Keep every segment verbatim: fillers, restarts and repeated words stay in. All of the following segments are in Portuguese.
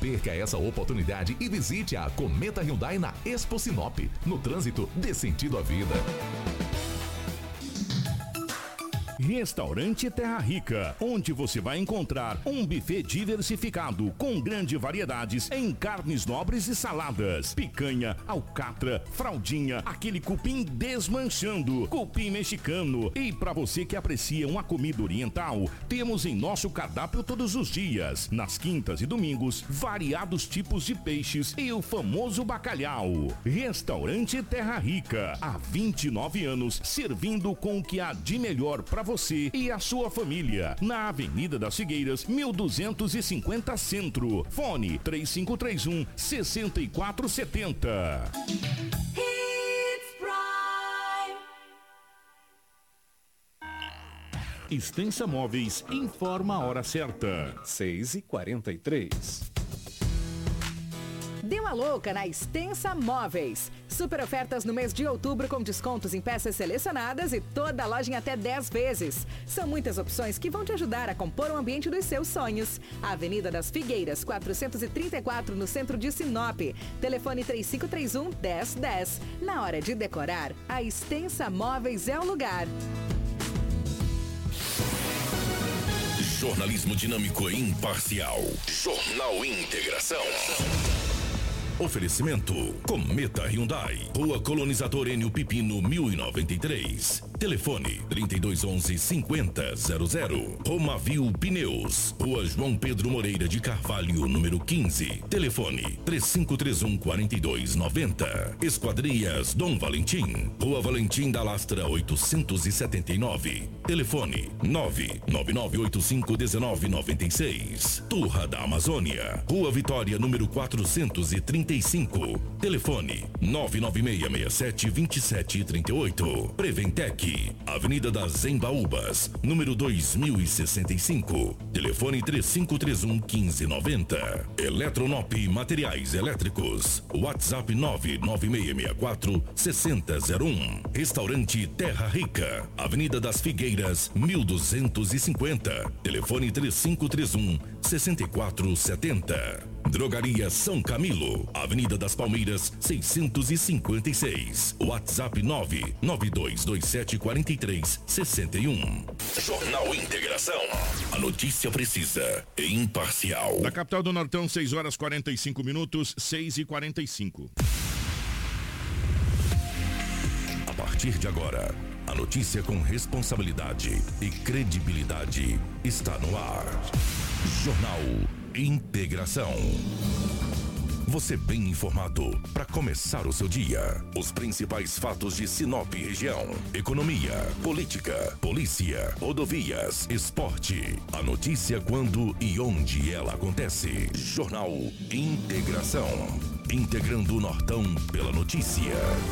perca essa oportunidade e visite a Cometa Hyundai na Expo Sinop. No trânsito, dê sentido à vida. Restaurante Terra Rica, onde você vai encontrar um buffet diversificado com grandes variedades em carnes nobres e saladas, picanha, alcatra, fraldinha, aquele cupim desmanchando, cupim mexicano. E para você que aprecia uma comida oriental, temos em nosso cardápio todos os dias, nas quintas e domingos, variados tipos de peixes e o famoso bacalhau. Restaurante Terra Rica, há vinte e nove anos, servindo com o que há de melhor para você e a sua família, na Avenida das Figueiras, mil duzentos e cinquenta Centro. Fone três cinco três um, seis quatro sete zero. Extensa Móveis informa a hora certa. seis e quarenta e três. Dê uma louca na Extensa Móveis. Super ofertas no mês de outubro com descontos em peças selecionadas e toda a loja em até dez vezes. São muitas opções que vão te ajudar a compor o ambiente dos seus sonhos. Avenida das Figueiras, quatrocentos e trinta e quatro, no centro de Sinop. Telefone três cinco três um, dez dez. Na hora de decorar, a Extensa Móveis é o lugar. Jornalismo dinâmico e imparcial. Jornal Integração. Oferecimento Cometa Hyundai, Rua Colonizador Enio Pipino, mil e noventa e três. Telefone trinta e dois onze, cinquenta zero zero. Romavil Pneus, Rua João Pedro Moreira de Carvalho, número quinze. Telefone três cinco três um, quatro dois nove zero. Esquadrias Dom Valentim, Rua Valentim da Lastra oitocentos e setenta e nove. Telefone nove nove nove oito cinco um nove nove seis. Turra da Amazônia, Rua Vitória, número quatrocentos e trinta e cinco. Telefone nove nove seis seis sete, dois sete três oito. Preventec, Avenida das Embaúbas, número dois mil e sessenta e cinco. Telefone três cinco três um, um cinco nove zero. Eletronop Materiais Elétricos. WhatsApp nove nove seis seis quatro, seis zero zero um. Restaurante Terra Rica, Avenida das Figueiras, mil duzentos e cinquenta. Telefone três cinco três um, seis quatro sete zero. Drogaria São Camilo, Avenida das Palmeiras, seiscentos e cinquenta e seis. WhatsApp nove nove dois dois sete quatro três seis um. Jornal Integração. A notícia precisa e imparcial. Da capital do Nortão, seis horas e quarenta e cinco minutos, seis e quarenta e cinco. A partir de agora, a notícia com responsabilidade e credibilidade está no ar. Jornal Integração. Você bem informado para começar o seu dia. Os principais fatos de Sinop e região. Economia, política, polícia, rodovias, esporte. A notícia quando e onde ela acontece. Jornal Integração. Integrando o Nortão pela notícia.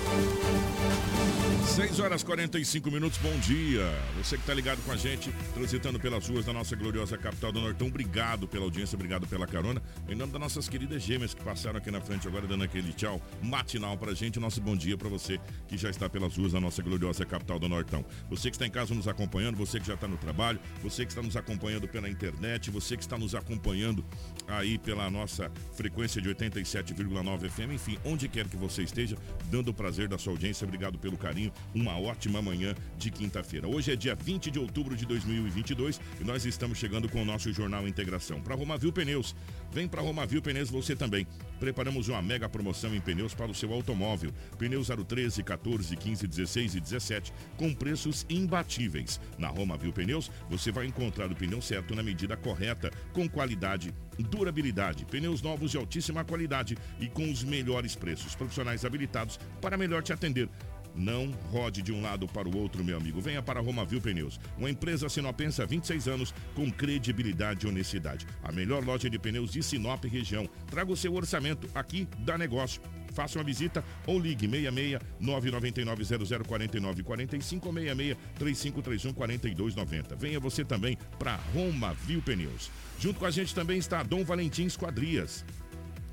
seis horas e quarenta e cinco minutos, bom dia. Você que está ligado com a gente, transitando pelas ruas da nossa gloriosa capital do Nortão, obrigado pela audiência, obrigado pela carona. Em nome das nossas queridas gêmeas que passaram aqui na frente agora, dando aquele tchau matinal pra gente, nosso bom dia pra você que já está pelas ruas da nossa gloriosa capital do Nortão. Você que está em casa nos acompanhando, você que já está no trabalho, você que está nos acompanhando pela internet, você que está nos acompanhando aí pela nossa frequência de oitenta e sete vírgula nove F M, enfim, onde quer que você esteja, dando o prazer da sua audiência, obrigado pelo carinho. Uma ótima manhã de quinta-feira. Hoje é dia vinte de outubro de dois mil e vinte e dois e nós estamos chegando com o nosso Jornal Integração. Para Romavil Pneus, vem para Romavil Pneus você também. Preparamos uma mega promoção em pneus para o seu automóvel. Pneus zero treze, quatorze, quinze, dezesseis e dezessete com preços imbatíveis. Na Romavil Pneus você vai encontrar o pneu certo na medida correta, com qualidade, durabilidade, pneus novos de altíssima qualidade e com os melhores preços. Profissionais habilitados para melhor te atender. Não rode de um lado para o outro, meu amigo. Venha para a Romavil Pneus, uma empresa sinopense há vinte e seis anos com credibilidade e honestidade. A melhor loja de pneus de Sinop e região. Traga o seu orçamento, aqui dá negócio. Faça uma visita ou ligue seis seis nove nove nove zero zero quatro nove quatro cinco ou seis seis três cinco três um quatro dois nove zero. Venha você também para Romavil Pneus. Junto com a gente também está a Dom Valentim Esquadrias.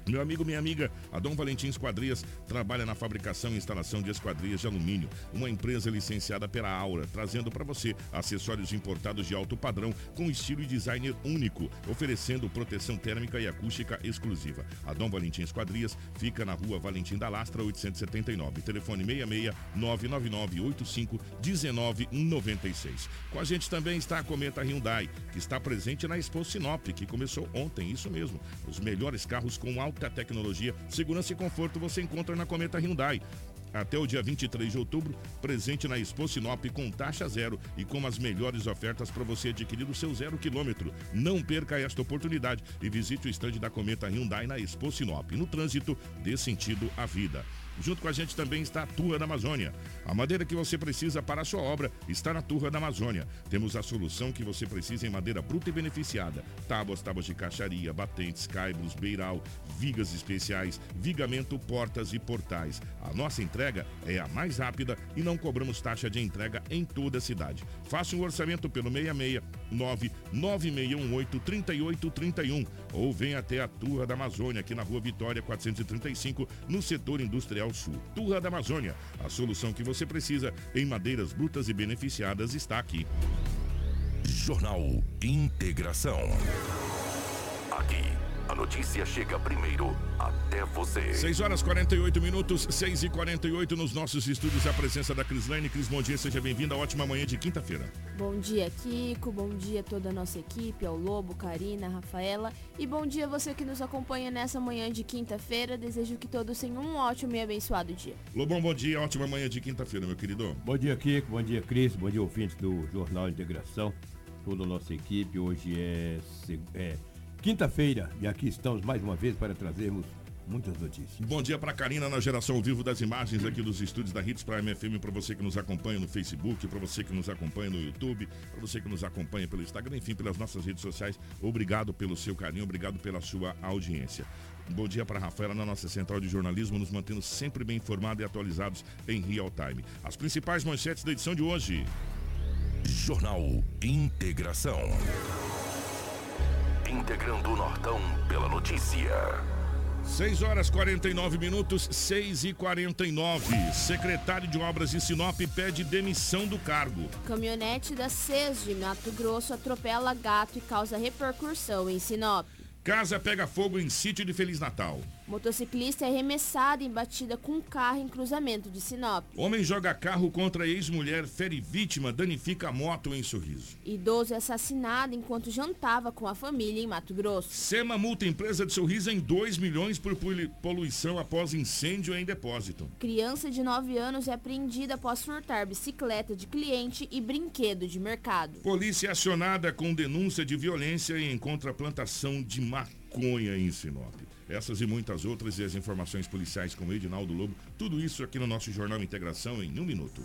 Meu amigo, minha amiga, a Dom Valentim Esquadrias trabalha na fabricação e instalação de esquadrias de alumínio, uma empresa licenciada pela Aura, trazendo para você acessórios importados de alto padrão com estilo e design único, oferecendo proteção térmica e acústica exclusiva. A Dom Valentim Esquadrias fica na rua Valentim da Lastra, oitocentos e setenta e nove, telefone seis seis nove nove nove oito cinco um nove nove seis. Com a gente também está a Cometa Hyundai, que está presente na Expo Sinop, que começou ontem, isso mesmo. Os melhores carros com alta tecnologia, segurança e conforto você encontra na Cometa Hyundai. Até o dia vinte e três de outubro, presente na Expo Sinop com taxa zero e com as melhores ofertas para você adquirir o seu zero quilômetro. Não perca esta oportunidade e visite o estande da Cometa Hyundai na Expo Sinop. No trânsito, dê sentido à vida. Junto com a gente também está a Turra da Amazônia. A madeira que você precisa para a sua obra está na Turra da Amazônia. Temos a solução que você precisa em madeira bruta e beneficiada. Tábuas, tábuas de caixaria, batentes, caibros, beiral, vigas especiais, vigamento, portas e portais. A nossa entrega é a mais rápida e não cobramos taxa de entrega em toda a cidade. Faça um orçamento pelo seis seis nove nove seis um oito três oito três um ou venha até a Turra da Amazônia, aqui na Rua Vitória quatrocentos e trinta e cinco, no setor industrial sul. Turra da Amazônia, a solução que você precisa em madeiras brutas e beneficiadas está aqui. Jornal Integração. Aqui, a notícia chega primeiro até você. seis horas e quarenta e oito minutos, seis e quarenta e oito nos nossos estúdios. A presença da Crislane. Cris, bom dia, seja bem-vinda. Ótima manhã de quinta-feira. Bom dia, Kiko. Bom dia a toda a nossa equipe, ao Lobo, Karina, Rafaela. E bom dia a você que nos acompanha nessa manhã de quinta-feira. Desejo que todos tenham um ótimo e abençoado dia. Lobão, bom dia. Ótima manhã de quinta-feira, meu querido. Bom dia, Kiko. Bom dia, Cris. Bom dia, ouvintes do Jornal Integração. Toda a nossa equipe. Hoje é... é quinta-feira, e aqui estamos mais uma vez para trazermos muitas notícias. Bom dia para Karina na geração ao vivo das imagens aqui dos estúdios da Hits Prime F M, para você que nos acompanha no Facebook, para você que nos acompanha no YouTube, para você que nos acompanha pelo Instagram, enfim, pelas nossas redes sociais. Obrigado pelo seu carinho, obrigado pela sua audiência. Bom dia para a Rafaela na nossa central de jornalismo, nos mantendo sempre bem informados e atualizados em real time. As principais manchetes da edição de hoje. Jornal Integração. Integrando o Nortão pela notícia. seis horas e quarenta e nove minutos, seis e quarenta e nove. Secretário de Obras de Sinop pede demissão do cargo. Caminhonete da C E S de Mato Grosso atropela gato e causa repercussão em Sinop. Casa pega fogo em sítio de Feliz Natal. Motociclista é arremessado em batida com carro em cruzamento de Sinop. Homem joga carro contra ex-mulher, fere vítima, danifica a moto em Sorriso. Idoso é assassinado enquanto jantava com a família em Mato Grosso. SEMA multa empresa de Sorriso em dois milhões por poluição após incêndio em depósito. Criança de nove anos é apreendida após furtar bicicleta de cliente e brinquedo de mercado. Polícia é acionada com denúncia de violência e encontra plantação de maconha em Sinop. Essas e muitas outras e as informações policiais com o Edinaldo Lobo, tudo isso aqui no nosso Jornal Integração em um minuto.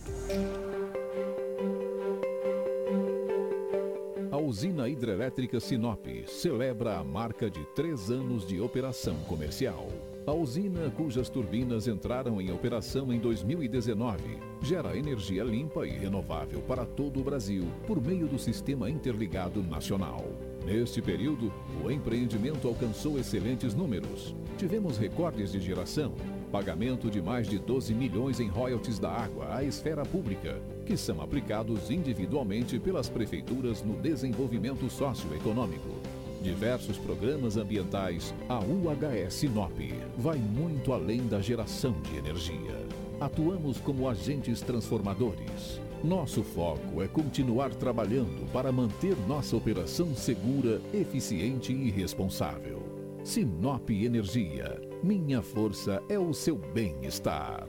A usina hidrelétrica Sinop celebra a marca de três anos de operação comercial. A usina, cujas turbinas entraram em operação em dois mil e dezenove, gera energia limpa e renovável para todo o Brasil por meio do Sistema Interligado Nacional. Neste período, o empreendimento alcançou excelentes números. Tivemos recordes de geração, pagamento de mais de doze milhões em royalties da água à esfera pública, que são aplicados individualmente pelas prefeituras no desenvolvimento socioeconômico. Diversos programas ambientais, a U H S Sinop vai muito além da geração de energia. Atuamos como agentes transformadores. Nosso foco é continuar trabalhando para manter nossa operação segura, eficiente e responsável. Sinop Energia. Minha força é o seu bem-estar.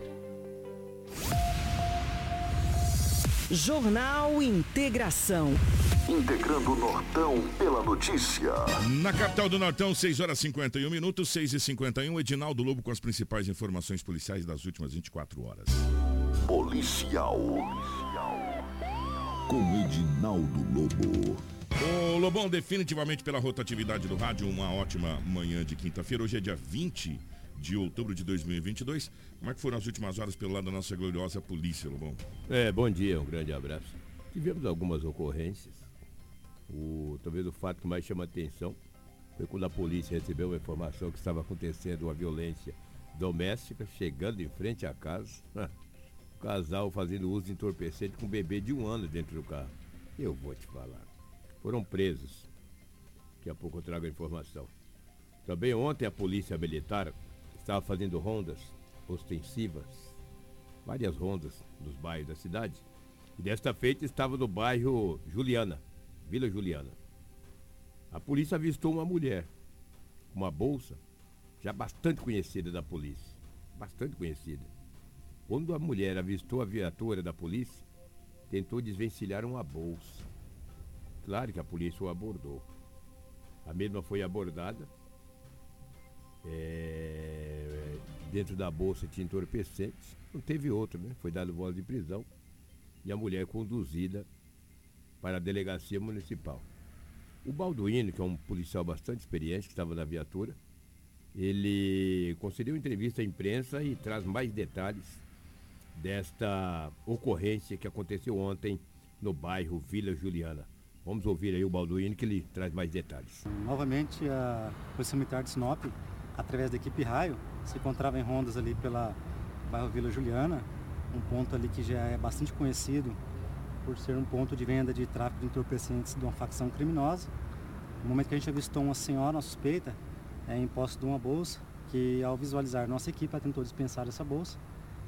Jornal Integração. Integrando o Nortão pela notícia. Na capital do Nortão, seis horas e cinquenta e um minutos, seis e cinquenta e um. Edinaldo Lobo com as principais informações policiais das últimas vinte e quatro horas. Policial. Com Edinaldo Lobo. Ô Lobão, definitivamente pela rotatividade do rádio, uma ótima manhã de quinta-feira. Hoje é dia vinte de outubro de dois mil e vinte e dois. Como é que foram as últimas horas pelo lado da nossa gloriosa polícia, Lobão? É, bom dia, um grande abraço. Tivemos algumas ocorrências. O, talvez o fato que mais chama atenção Foi quando a polícia recebeu uma informação que estava acontecendo uma violência doméstica, chegando em frente à casa. O casal fazendo uso de entorpecente com um bebê de um ano dentro do carro. Eu vou te falar. Foram presos. Daqui a pouco eu trago a informação. Também ontem a polícia militar estava fazendo rondas ostensivas, várias rondas nos bairros da cidade. E desta feita estava no bairro Juliana, Vila Juliana. A polícia avistou uma mulher com uma bolsa já bastante conhecida da polícia. Bastante conhecida. Quando a mulher avistou a viatura da polícia, tentou desvencilhar uma bolsa. Claro que a polícia o abordou. A mesma foi abordada. É... Dentro da bolsa tinha entorpecentes. Não teve outro, né? Foi dado voz de prisão. E a mulher conduzida para a delegacia municipal. O Balduino, que é um policial bastante experiente, que estava na viatura, ele concedeu entrevista à imprensa e traz mais detalhes desta ocorrência que aconteceu ontem no bairro Vila Juliana. Vamos ouvir aí o Balduino, que ele traz mais detalhes. Novamente, a Polícia Militar de Sinop, através da equipe Raio, se encontrava em rondas ali pela bairro Vila Juliana, um ponto ali que já é bastante conhecido por ser um ponto de venda de tráfico de entorpecentes de uma facção criminosa. No momento que a gente avistou uma senhora, uma suspeita, é, em posse de uma bolsa, que ao visualizar nossa equipe, ela tentou dispensar essa bolsa.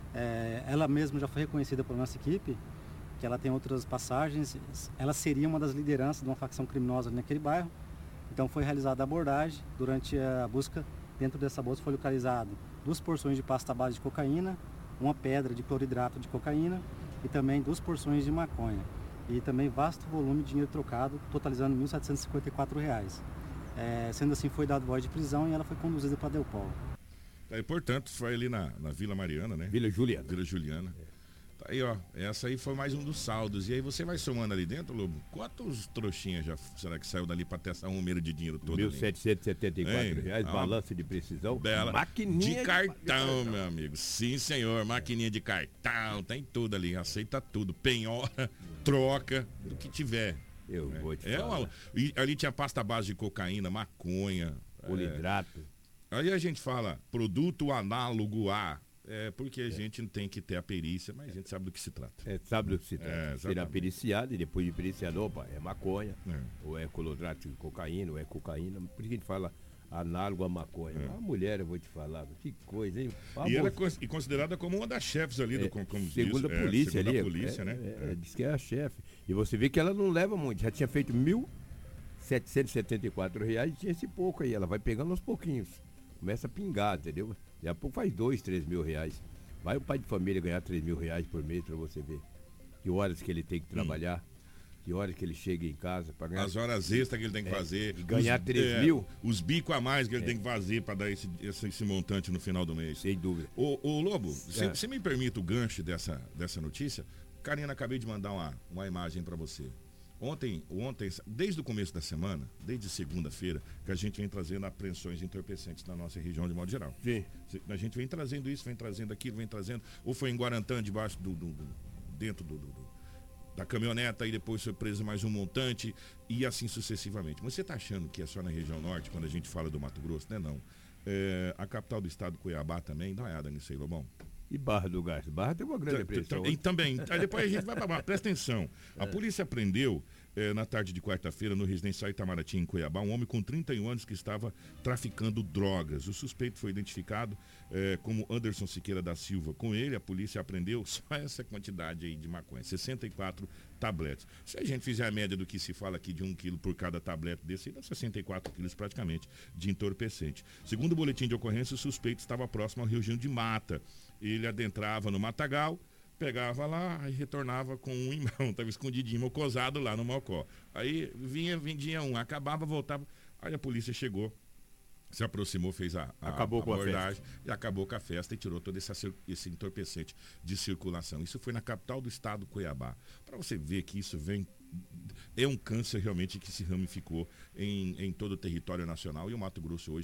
É, ela mesma já foi reconhecida pela nossa equipe, que ela tem outras passagens, ela seria uma das lideranças de uma facção criminosa naquele bairro. Então foi realizada a abordagem. Durante a busca, dentro dessa bolsa foi localizado duas porções de pasta base de cocaína, uma pedra de cloridrato de cocaína e também duas porções de maconha. E também vasto volume de dinheiro trocado, totalizando mil setecentos e cinquenta e quatro reais. É, sendo assim, foi dado voz de prisão e ela foi conduzida para Delpol. É, portanto, foi ali na, na Vila Mariana, né? Vila Juliana. Vila Juliana. É. Tá aí, ó. Essa aí foi mais um dos saldos. E aí você vai somando ali dentro, Lobo? Quantos trouxinhas já será que saiu dali para ter essa número de dinheiro todo? mil setecentos e setenta e quatro reais, ah, balança de precisão. Bela. Maquininha de cartão, de meu amigo. Sim, senhor. Maquininha de cartão. Tem tudo ali. Aceita tudo. Penhora, troca, do que tiver. Eu é. vou te é falar. Uma, e ali tinha pasta base de cocaína, maconha. Cloridrato. É. Aí a gente fala produto análogo a. É porque a é. gente tem que ter a perícia, mas a gente sabe do que se trata. É, sabe do que se trata. É, será periciado e depois de periciado, opa, é maconha, é. ou é cloridrato de cocaína, ou é cocaína. Por isso que a gente fala análogo a maconha. É. A mulher, eu vou te falar, que coisa, hein? A e ela é considerada como uma das chefes ali, é, do, como segundo diz, a polícia é, segundo ali. A polícia, é, né? É, é. Diz que é a chefe. E você vê que ela não leva muito, já tinha feito mil setecentos e setenta e quatro reais e tinha esse pouco aí. Ela vai pegando aos pouquinhos. Começa a pingar, entendeu? Daqui a pouco faz dois, três mil reais. Vai o pai de família ganhar três mil reais por mês pra você ver. Que horas que ele tem que trabalhar, hum. que horas que ele chega em casa pra ganhar. As horas extras que ele tem que é, fazer. E ganhar três mil. Os bicos a mais que ele é. tem que fazer pra dar esse, esse, esse montante no final do mês. Sem dúvida. Ô, ô Lobo, você é. me permite o gancho dessa, dessa notícia? Karina, acabei de mandar uma, uma imagem pra você. Ontem, ontem, desde o começo da semana, desde segunda-feira, que a gente vem trazendo apreensões entorpecentes na nossa região de modo geral. Sim. A gente vem trazendo isso, vem trazendo aquilo, vem trazendo. Ou foi em Guarantã, debaixo do. do, do dentro do, do, do, da caminhoneta, e depois foi preso mais um montante, e assim sucessivamente. Mas você está achando que é só na região norte, quando a gente fala do Mato Grosso, né? Não. É, a capital do estado, Cuiabá, também, dá uma olhada nisso aí, Lobão. E Barra do Garças. Barra tem uma grande pressão. E também. Aí depois a gente vai para Barra. Presta atenção. A polícia prendeu, eh, na tarde de quarta-feira, no residencial Itamaraty, em Cuiabá, um homem com trinta e um anos que estava traficando drogas. O suspeito foi identificado eh, como Anderson Siqueira da Silva. Com ele, a polícia apreendeu só essa quantidade aí de maconha, sessenta e quatro tabletes. Se a gente fizer a média do que se fala aqui de um quilo por cada tablete desse, dá sessenta e quatro quilos praticamente de entorpecente. Segundo o boletim de ocorrência, o suspeito estava próximo ao Rio Gino de Mata. Ele adentrava no matagal, pegava lá e retornava com um em mão, estava escondidinho, mocosado lá no Mocó. Aí vinha, vendia um, acabava, voltava. Aí a polícia chegou, se aproximou, fez a, a acabou com abordagem a festa. e acabou com a festa e tirou todo esse, esse entorpecente de circulação. Isso foi na capital do estado, Cuiabá. Para você ver que isso vem... É um câncer realmente que se ramificou em, em todo o território nacional, e o Mato Grosso hoje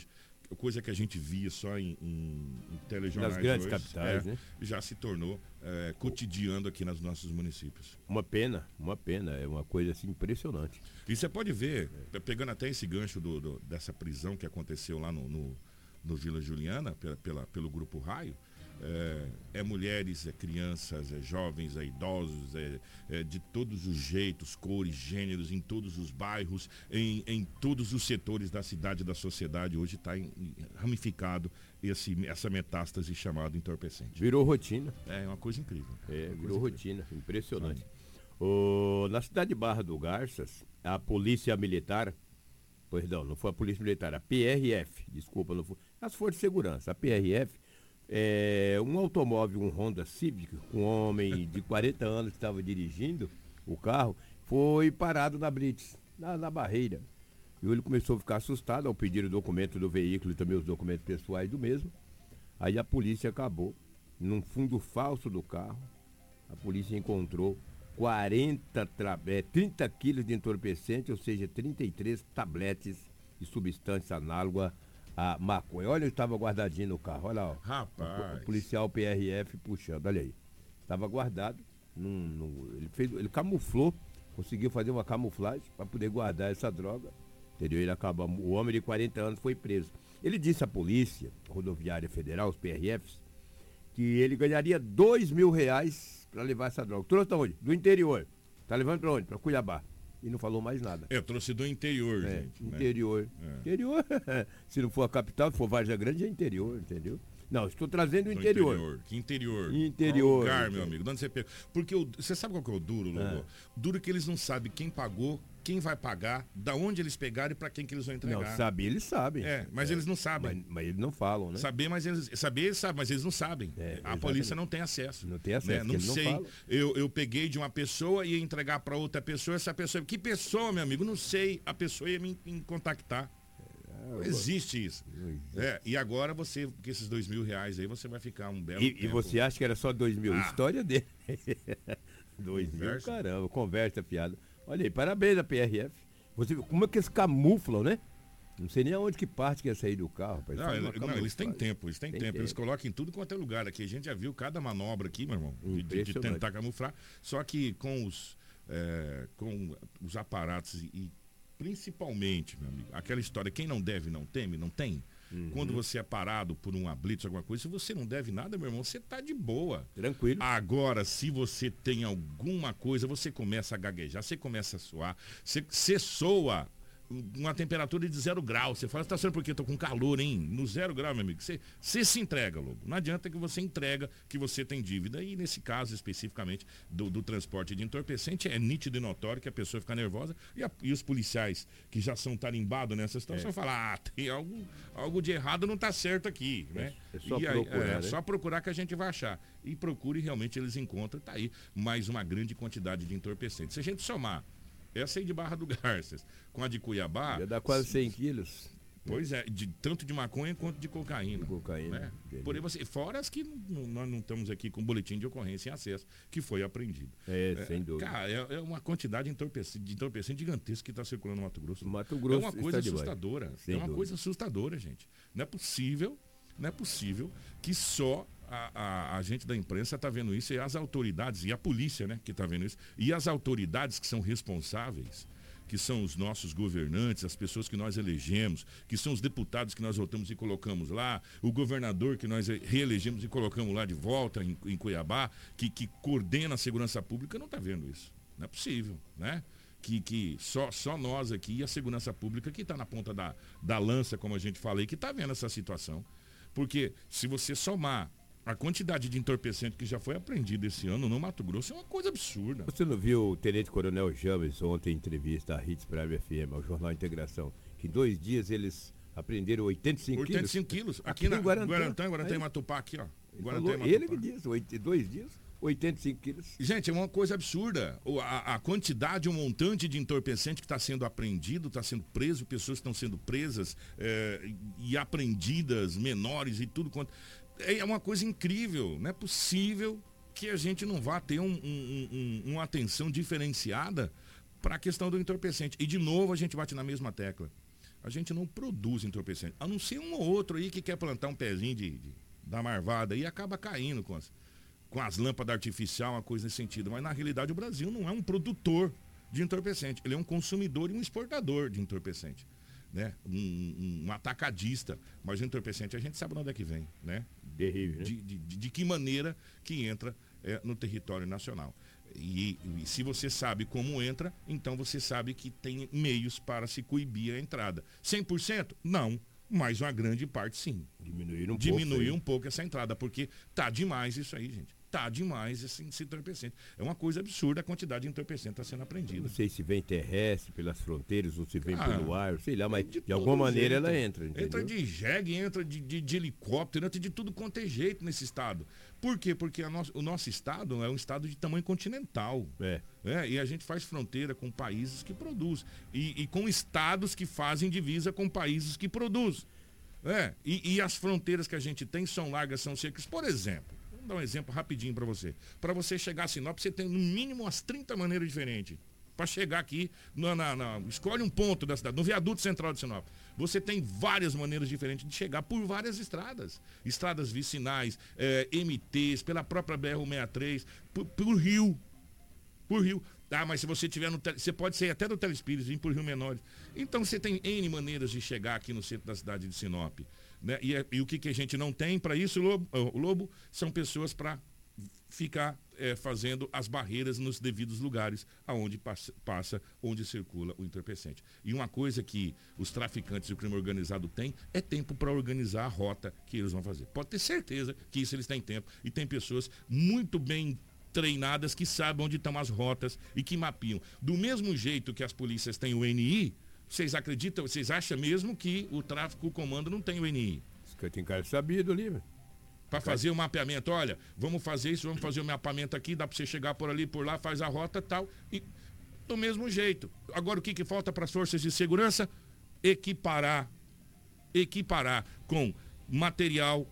coisa que a gente via só em, em, em telejornais nas grandes hoje, capitais, é, né? já se tornou é, cotidiano aqui nos nossos municípios. Uma pena, uma pena, é uma coisa assim impressionante. E você pode ver, pegando até esse gancho do, do, dessa prisão que aconteceu lá no, no, no Vila Juliana, pela, pela, pelo Grupo Raio, É, é mulheres, é crianças, é jovens, é idosos, é, é de todos os jeitos, cores, gêneros, em todos os bairros, em, em todos os setores da cidade e da sociedade. Hoje está ramificado esse, essa metástase chamada entorpecente. Virou rotina. É uma coisa incrível. É, virou rotina, incrível. Impressionante. O, na cidade de Barra do Garças, a polícia militar, perdão, não foi a polícia militar, a P R F, desculpa, não foi, as forças de segurança, a P R F, É, um automóvel, um Honda Civic, com um homem de quarenta anos que estava dirigindo o carro, foi parado na blitz, na, na barreira. E ele começou a ficar assustado ao pedir o documento do veículo e também os documentos pessoais do mesmo. Aí a polícia acabou, num fundo falso do carro, a polícia encontrou quarenta, é, trinta quilos de entorpecente, ou seja, trinta e três tabletes de substância análoga a maconha. Olha, ele estava guardadinho no carro, olha lá, ó. Rapaz. O policial P R F puxando, olha aí. Estava guardado, num, num, ele, fez, ele camuflou, conseguiu fazer uma camuflagem para poder guardar essa droga. Entendeu? Ele acaba, o homem de quarenta anos foi preso. Ele disse à polícia rodoviária federal, os P R Fs, que ele ganharia dois mil reais para levar essa droga. Trouxe de onde? Do interior. Tá levando para onde? Para Cuiabá. E não falou mais nada. É, trouxe do interior, é, gente. Interior. Né? Interior. Se não for a capital, se for Várzea Grande, é interior, entendeu? Não, estou trazendo o interior. interior. Que interior? Interior. Qual lugar, meu amigo? De onde você pega? Porque o, você sabe qual que é o duro, Lobo? Ah. Duro que eles não sabem quem pagou, quem vai pagar, da onde eles pegaram e para quem que eles vão entregar. Não, saber eles sabem. É, mas é. eles não sabem. Mas, mas eles não falam, né? Saber, mas eles, saber eles sabem, mas eles não sabem. É, a exatamente. polícia não tem acesso. Não tem acesso, né? Não eles sei. Não eu, eu peguei de uma pessoa e ia entregar para outra pessoa, essa pessoa. Que pessoa, meu amigo? Não sei. A pessoa ia me, me contactar. Não existe isso. Não existe. É, e agora você, com esses dois mil reais aí, você vai ficar um belo E, tempo. e você acha que era só dois mil? Ah. História dele. dois mil, Conversa. caramba, conversa, piada. Olha aí, parabéns a P R F. Você, como é que eles camuflam, né? Não sei nem aonde que parte que ia sair do carro. Rapaz. Não, ele, não, eles têm tempo, eles têm Tem tempo. tempo. Eles colocam em tudo quanto é lugar aqui. A gente já viu cada manobra aqui, meu irmão, de, de- de tentar camuflar. Só que com os, é, com os aparatos e, e principalmente, meu amigo, aquela história, quem não deve não teme, não tem. Uhum. Quando você é parado por uma blitz, alguma coisa, se você não deve nada, meu irmão, você tá de boa. Tranquilo. Agora, se você tem alguma coisa, você começa a gaguejar, você começa a suar, você, você soa uma temperatura de zero grau. Você fala, tá sendo porque eu tô com calor, hein? No zero grau, meu amigo. Você, você se entrega, Lobo. Não adianta que você entrega que você tem dívida. E nesse caso, especificamente, do, do transporte de entorpecente, é nítido e notório que a pessoa fica nervosa. E, a, e os policiais que já são tarimbados nessa situação É. falam, ah, tem algo, algo de errado, não tá certo aqui, né? É só E aí, procurar, é, né? só procurar que a gente vai achar. E procure, realmente eles encontram. Tá aí mais uma grande quantidade de entorpecentes. Se a gente somar essa aí de Barra do Garças com a de Cuiabá, Ia dar quase cem quilos. pois é, de, tanto de maconha quanto de cocaína. De cocaína, Né? entendi. Por aí você, fora as que não- nós não estamos aqui com boletim de ocorrência em acesso, que foi apreendido. É, sem dúvida. Cara, é, é uma quantidade de entorpecente, de entorpecente gigantesca que está circulando no Mato Grosso. Mato Grosso é uma coisa está demais. assustadora. Sem é uma dúvida. coisa assustadora, gente. Não é possível, não é possível que só a, a, a gente da imprensa está vendo isso e as autoridades, e a polícia, né, que está vendo isso, e as autoridades que são responsáveis, que são os nossos governantes, as pessoas que nós elegemos, que são os deputados que nós votamos e colocamos lá, o governador que nós reelegemos e colocamos lá de volta em, em Cuiabá, que, que coordena a segurança pública, não está vendo isso. Não é possível, né? Que, que só, só nós aqui e a segurança pública que está na ponta da, da lança, como a gente falei, que está vendo essa situação. Porque se você somar a quantidade de entorpecente que já foi apreendido esse ano no Mato Grosso, é uma coisa absurda. Você não viu o Tenente Coronel James ontem em entrevista à Hits Prime F M, ao Jornal Integração, que em dois dias eles apreenderam oitenta e cinco quilos? oitenta e cinco quilos. Aqui, Aqui na em Guarantã. Guarantã, Guarantã Aí. e Matupá, aqui, ó. Ele, Guarantã falou, e ele Matupá. que disse, oito, dois dias, oitenta e cinco quilos. Gente, é uma coisa absurda. O- A, a quantidade, o montante de entorpecente que está sendo apreendido, está sendo preso, pessoas estão sendo presas é, e apreendidas, menores e tudo quanto. É uma coisa incrível. Não é possível que a gente não vá ter um, um- um- uma atenção diferenciada para a questão do entorpecente. E de novo a gente bate na mesma tecla. a gente não produz entorpecente. A não ser um ou outro aí que quer plantar um pezinho de, de, da marvada e acaba caindo com as, com as lâmpadas artificiais, uma coisa nesse sentido. Mas na realidade o Brasil não é um produtor de entorpecente, ele é um consumidor e um exportador de entorpecente. Né? Um, um, um atacadista, mas o entorpecente a gente sabe de onde é que vem, né? Terrível, né? De, de, de, de que maneira que entra é, no território nacional. E, e se você sabe como entra, então você sabe que tem meios para se coibir a entrada. cem por cento? Não, mas uma grande parte sim. Diminuir um Diminuir pouco, um pouco essa entrada, porque tá demais isso aí, gente. Tá demais esse, esse entorpecente. É uma coisa absurda a quantidade de entorpecente está sendo apreendida. Não sei se vem terrestre, pelas fronteiras, ou se vem Ah, pelo ar, sei lá, mas de, de alguma maneira jeito. ela entra. Entendeu? Entra de jegue, entra de, de, de helicóptero, entra de tudo quanto é jeito nesse estado. Por quê? Porque a nosso, o nosso estado é um estado de tamanho continental. É. É, e a gente faz fronteira com países que produzem. E, e com estados que fazem divisa com países que produzem. É, e, e as fronteiras que a gente tem são largas, são secas. Por exemplo, vou dar um exemplo rapidinho para você. Para você chegar a Sinop, você tem no mínimo umas trinta maneiras diferentes. Para chegar aqui, na, na, na, escolhe um ponto da cidade, no viaduto central de Sinop. Você tem várias maneiras diferentes de chegar por várias estradas. Estradas vicinais, é, M Tês, pela própria B R cento e sessenta e três, por, por Rio. Por Rio. Ah, mas se você tiver no... Você pode sair até do Telespires, vir por Rio Menores. Então você tem N maneiras de chegar aqui no centro da cidade de Sinop. Né? E, é, e o que, que a gente não tem para isso, Lobo, o Lobo, são pessoas para ficar é, fazendo as barreiras nos devidos lugares aonde passa, passa, onde circula o entorpecente. E uma coisa que os traficantes e o crime organizado têm é tempo para organizar a rota que eles vão fazer. Pode ter certeza que isso eles têm tempo. E tem pessoas muito bem treinadas que sabem onde estão as rotas e que mapeam. Do mesmo jeito que as polícias têm o N I, vocês acreditam, vocês acham mesmo que o tráfico, o comando não tem o N I? Tem cara sabido ali, velho. Para fazer o mapeamento, olha, vamos fazer isso, vamos fazer o mapeamento aqui, dá para você chegar por ali, por lá, faz a rota e tal. E do mesmo jeito. Agora o que, que falta para as forças de segurança? Equiparar, equiparar com material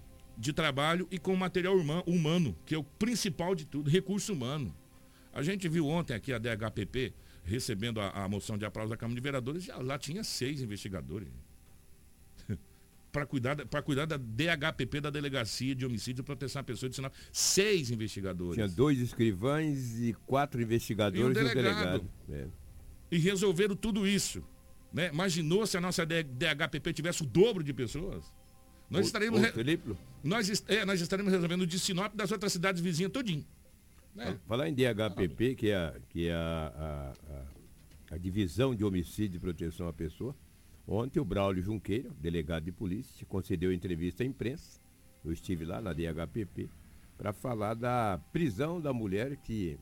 de trabalho e com material humano, que é o principal de tudo, recurso humano. A gente viu ontem aqui a D H P P recebendo a, a moção de aplauso da Câmara de Vereadores, já lá tinha seis investigadores. para cuidar, para cuidar da D H P P, da Delegacia de Homicídio e Proteção à Pessoa de Sinop. Seis investigadores. Tinha dois escrivães e quatro investigadores e, um delegado. e o delegado. É. E resolveram tudo isso. Né? Imaginou se a nossa D H P P tivesse o dobro de pessoas? Nós estaremos, re... nós, é, nós estaremos resolvendo o de Sinop das outras cidades vizinhas todinho. Né? Falar em D H P P, que é, a, que é a, a, a, a Divisão de Homicídio e Proteção à Pessoa, ontem o Braulio Junqueira, delegado de polícia, concedeu entrevista à imprensa. Eu estive lá na D H P P para falar da prisão da mulher que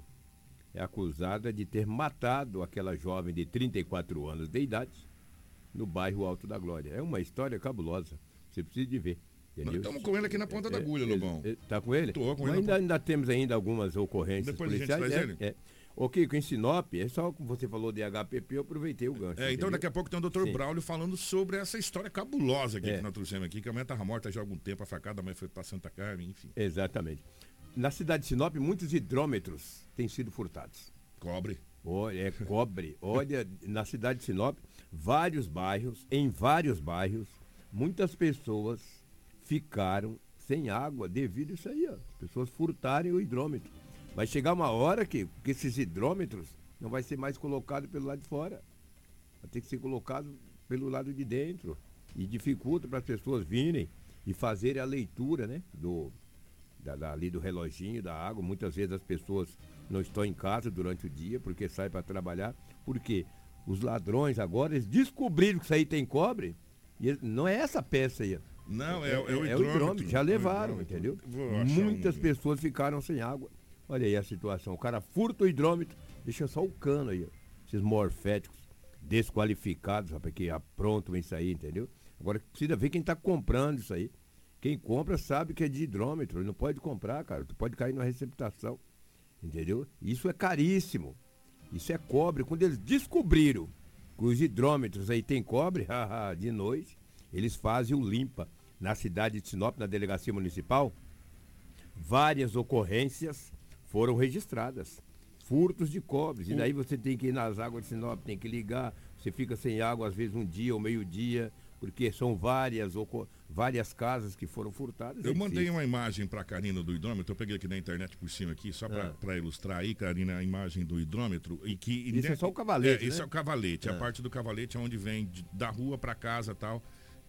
é acusada de ter matado aquela jovem de trinta e quatro anos de idade no bairro Alto da Glória. É uma história cabulosa. Você precisa de ver. Entendeu? Nós estamos com ele aqui na ponta é, da agulha, Lobão. Está com ele? Estou com ele. Ainda, ainda temos ainda algumas ocorrências Depois policiais. A gente traz é, ele? É. O Kiko, em Sinop, é só como você falou de H P P, eu aproveitei o gancho. É, então daqui a pouco tem o doutor Sim. Braulio falando sobre essa história cabulosa aqui é. que nós trouxemos aqui, que a mãe estava morta já há algum tempo, a facada, a mãe foi para Santa Carmen, enfim. Exatamente. Na cidade de Sinop, muitos hidrômetros têm sido furtados. Cobre. Olha, é cobre. Olha, na cidade de Sinop, vários bairros, em vários bairros, muitas pessoas ficaram sem água devido a isso aí, ó. Pessoas furtarem o hidrômetro. Vai chegar uma hora que, que esses hidrômetros não vai ser mais colocado pelo lado de fora. Vai ter que ser colocado pelo lado de dentro. E dificulta para as pessoas virem e fazerem a leitura, né? Do, da, da, ali do reloginho, da água. Muitas vezes as pessoas não estão em casa durante o dia porque saem para trabalhar. Porque os ladrões agora, eles descobriram que isso aí tem cobre. E não é essa peça aí. Não, é, é, é o hidrômetro. É o hidrômetro. Já levaram, entendeu? Muitas um... pessoas ficaram sem água. Olha aí a situação. O cara furta o hidrômetro, deixa só o cano aí. Ó. Esses morféticos desqualificados, rapaz, que aprontam isso aí, entendeu? Agora precisa ver quem está comprando isso aí. Quem compra sabe que é de hidrômetro. Ele não pode comprar, cara. Tu pode cair numa receptação. Entendeu? Isso é caríssimo. Isso é cobre. Quando eles descobriram que os hidrômetros aí tem cobre, de noite, eles fazem o limpa. Na cidade de Sinop, na delegacia municipal, várias ocorrências foram registradas. Furtos de cobre. E daí você tem que ir nas águas de Sinop, tem que ligar, Você fica sem água, às vezes, um dia ou meio-dia, porque são várias, várias casas que foram furtadas. Eu mandei uma imagem para a Karina do hidrômetro, eu peguei aqui na internet por cima aqui, só para ah. ilustrar aí, Karina, a imagem do hidrômetro. E que, isso né, é só o cavalete, é, né? Isso é o cavalete, ah. a parte do cavalete é onde vem de, da rua para casa e tal.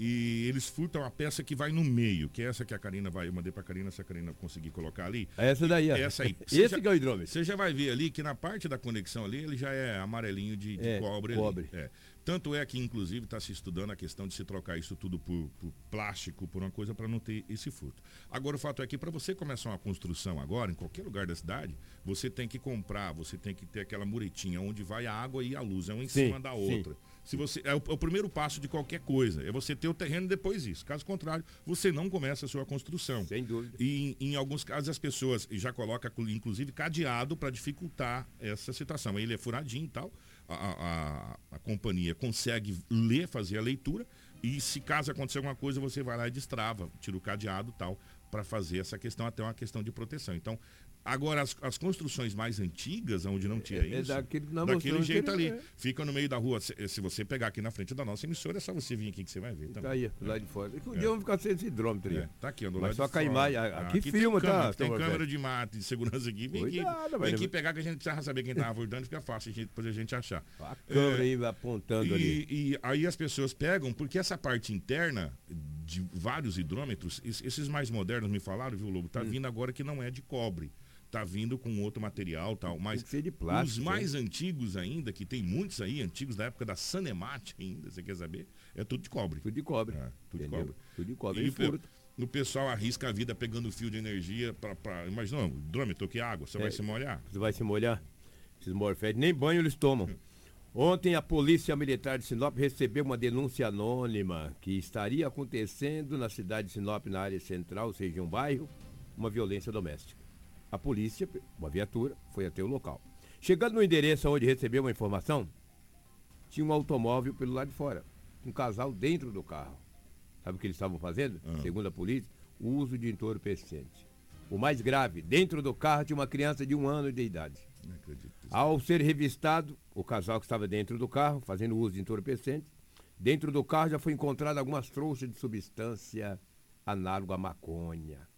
E eles furtam a peça que vai no meio, que é essa que a Karina vai. Eu mandei pra Karina, se a Karina conseguir colocar ali. Essa daí, ó. Essa aí. Esse já, que é o hidrômetro. Você já vai ver ali que na parte da conexão ali, ele já é amarelinho de, de é, cobre. cobre. Ali. É. Tanto é que, inclusive, está se estudando a questão de se trocar isso tudo por, por plástico, por uma coisa, para não ter esse furto. Agora, o fato é que para você começar uma construção agora, em qualquer lugar da cidade, você tem que comprar, você tem que ter aquela muretinha onde vai a água e a luz, é uma em sim, cima da outra. Sim. Se você, é o, é o primeiro passo de qualquer coisa, é você ter o terreno e depois isso. Caso contrário, você não começa a sua construção. Sem dúvida. E em, em alguns casos as pessoas já colocam, inclusive, cadeado para dificultar essa situação. Ele é furadinho e tal, a, a, a companhia consegue ler, fazer a leitura, e se caso acontecer alguma coisa, você vai lá e destrava, tira o cadeado e tal, para fazer essa questão, até uma questão de proteção. Então, agora, as, as construções mais antigas, onde não tinha é, isso, é daquele, daquele jeito ali, é. fica no meio da rua. Se, se você pegar aqui na frente da nossa emissora, é só você vir aqui que você vai ver. Tá aí, lá de fora. Um dia vamos ficar sem esse hidrômetro aí. É, tá aqui, do Mas lado só cair mais, aqui, aqui filma, tem câmera, tá? Tem câmera de mata, de segurança aqui. Vem Cuidado, aqui, vem aqui pegar que a gente precisa saber quem tava furtando, fica fácil, a gente, depois a gente achar. A câmera é, aí apontando e, ali. E aí as pessoas pegam, porque essa parte interna de vários hidrômetros, esses mais modernos me falaram, viu, Lobo, tá hum. vindo agora que não é de cobre. Tá vindo com outro material tal, mas de plástico, os mais hein? antigos ainda, que tem muitos aí, antigos da época da Sanemate ainda, você quer saber? É tudo de cobre. Tudo de cobre. É, tudo de cobre. Tudo de cobre. E e o pessoal arrisca a vida pegando fio de energia para... Pra, imagina, não, hidrômetro, que água, você é, vai se molhar? Você vai se molhar? Esses morféticos, nem banho eles tomam. Ontem a Polícia Militar de Sinop recebeu uma denúncia anônima que estaria acontecendo na cidade de Sinop, na área central, ou seja, um bairro, uma violência doméstica. A polícia, uma viatura, foi até o local. Chegando no endereço onde recebeu uma informação, tinha um automóvel pelo lado de fora, um casal dentro do carro. Sabe o que eles estavam fazendo? Uhum. Segundo a polícia, o uso de entorpecente. O mais grave, dentro do carro tinha uma criança de um ano de idade. Não acredito. Ao ser revistado, o casal que estava dentro do carro, fazendo uso de entorpecente, dentro do carro já foi encontrado algumas trouxas de substância análoga à maconha.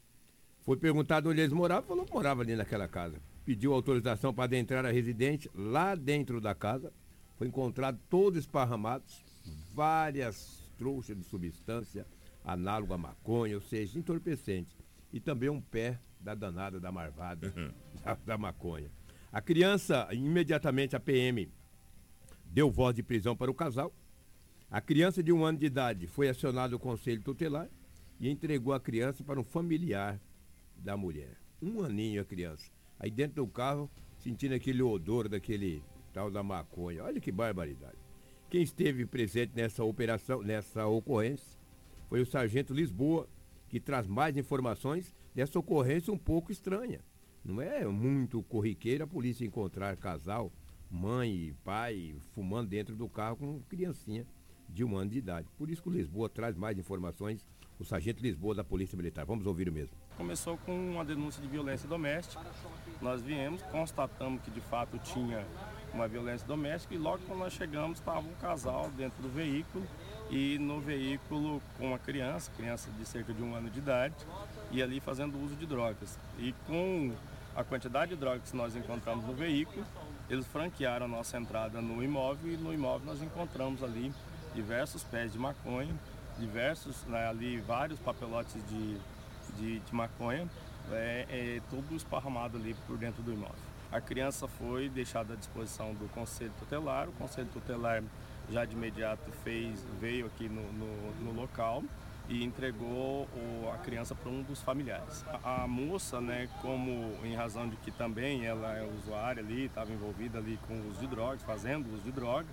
Foi perguntado onde eles moravam, falou que morava ali naquela casa. Pediu autorização para adentrar a residente. Lá dentro da casa, foi encontrado todos esparramados, várias trouxas de substância análoga à maconha, ou seja, entorpecente. E também um pé da danada, da marvada, da, da maconha. A criança, imediatamente a P M deu voz de prisão para o casal. A criança de um ano de idade foi acionada o conselho tutelar e entregou a criança para um familiar da mulher. Um aninho a criança. Aí dentro do carro, sentindo aquele odor daquele tal da maconha. Olha que barbaridade. Quem esteve presente nessa operação, nessa ocorrência, foi o sargento Lisboa, que traz mais informações dessa ocorrência um pouco estranha. Não é muito corriqueiro a polícia encontrar casal, mãe e pai, fumando dentro do carro com criancinha de um ano de idade. Por isso que o Lisboa traz mais informações, o sargento Lisboa da Polícia Militar. Vamos ouvir o mesmo. Começou com uma denúncia de violência doméstica. Nós viemos, constatamos que de fato tinha uma violência doméstica e logo quando nós chegamos estava um casal dentro do veículo e no veículo com uma criança, criança de cerca de um ano de idade, e ali fazendo uso de drogas. E com a quantidade de drogas que nós encontramos no veículo, eles franquearam a nossa entrada no imóvel e no imóvel nós encontramos ali diversos pés de maconha, diversos, né, ali vários papelotes de, de, de maconha, é, é, tudo esparramado ali por dentro do imóvel. A criança foi deixada à disposição do Conselho Tutelar, o Conselho Tutelar já de imediato fez, veio aqui no, no, no local e entregou o, a criança para um dos familiares. A, a moça, né, como em razão de que também ela é usuária ali, estava envolvida ali com o uso de drogas, fazendo uso de drogas,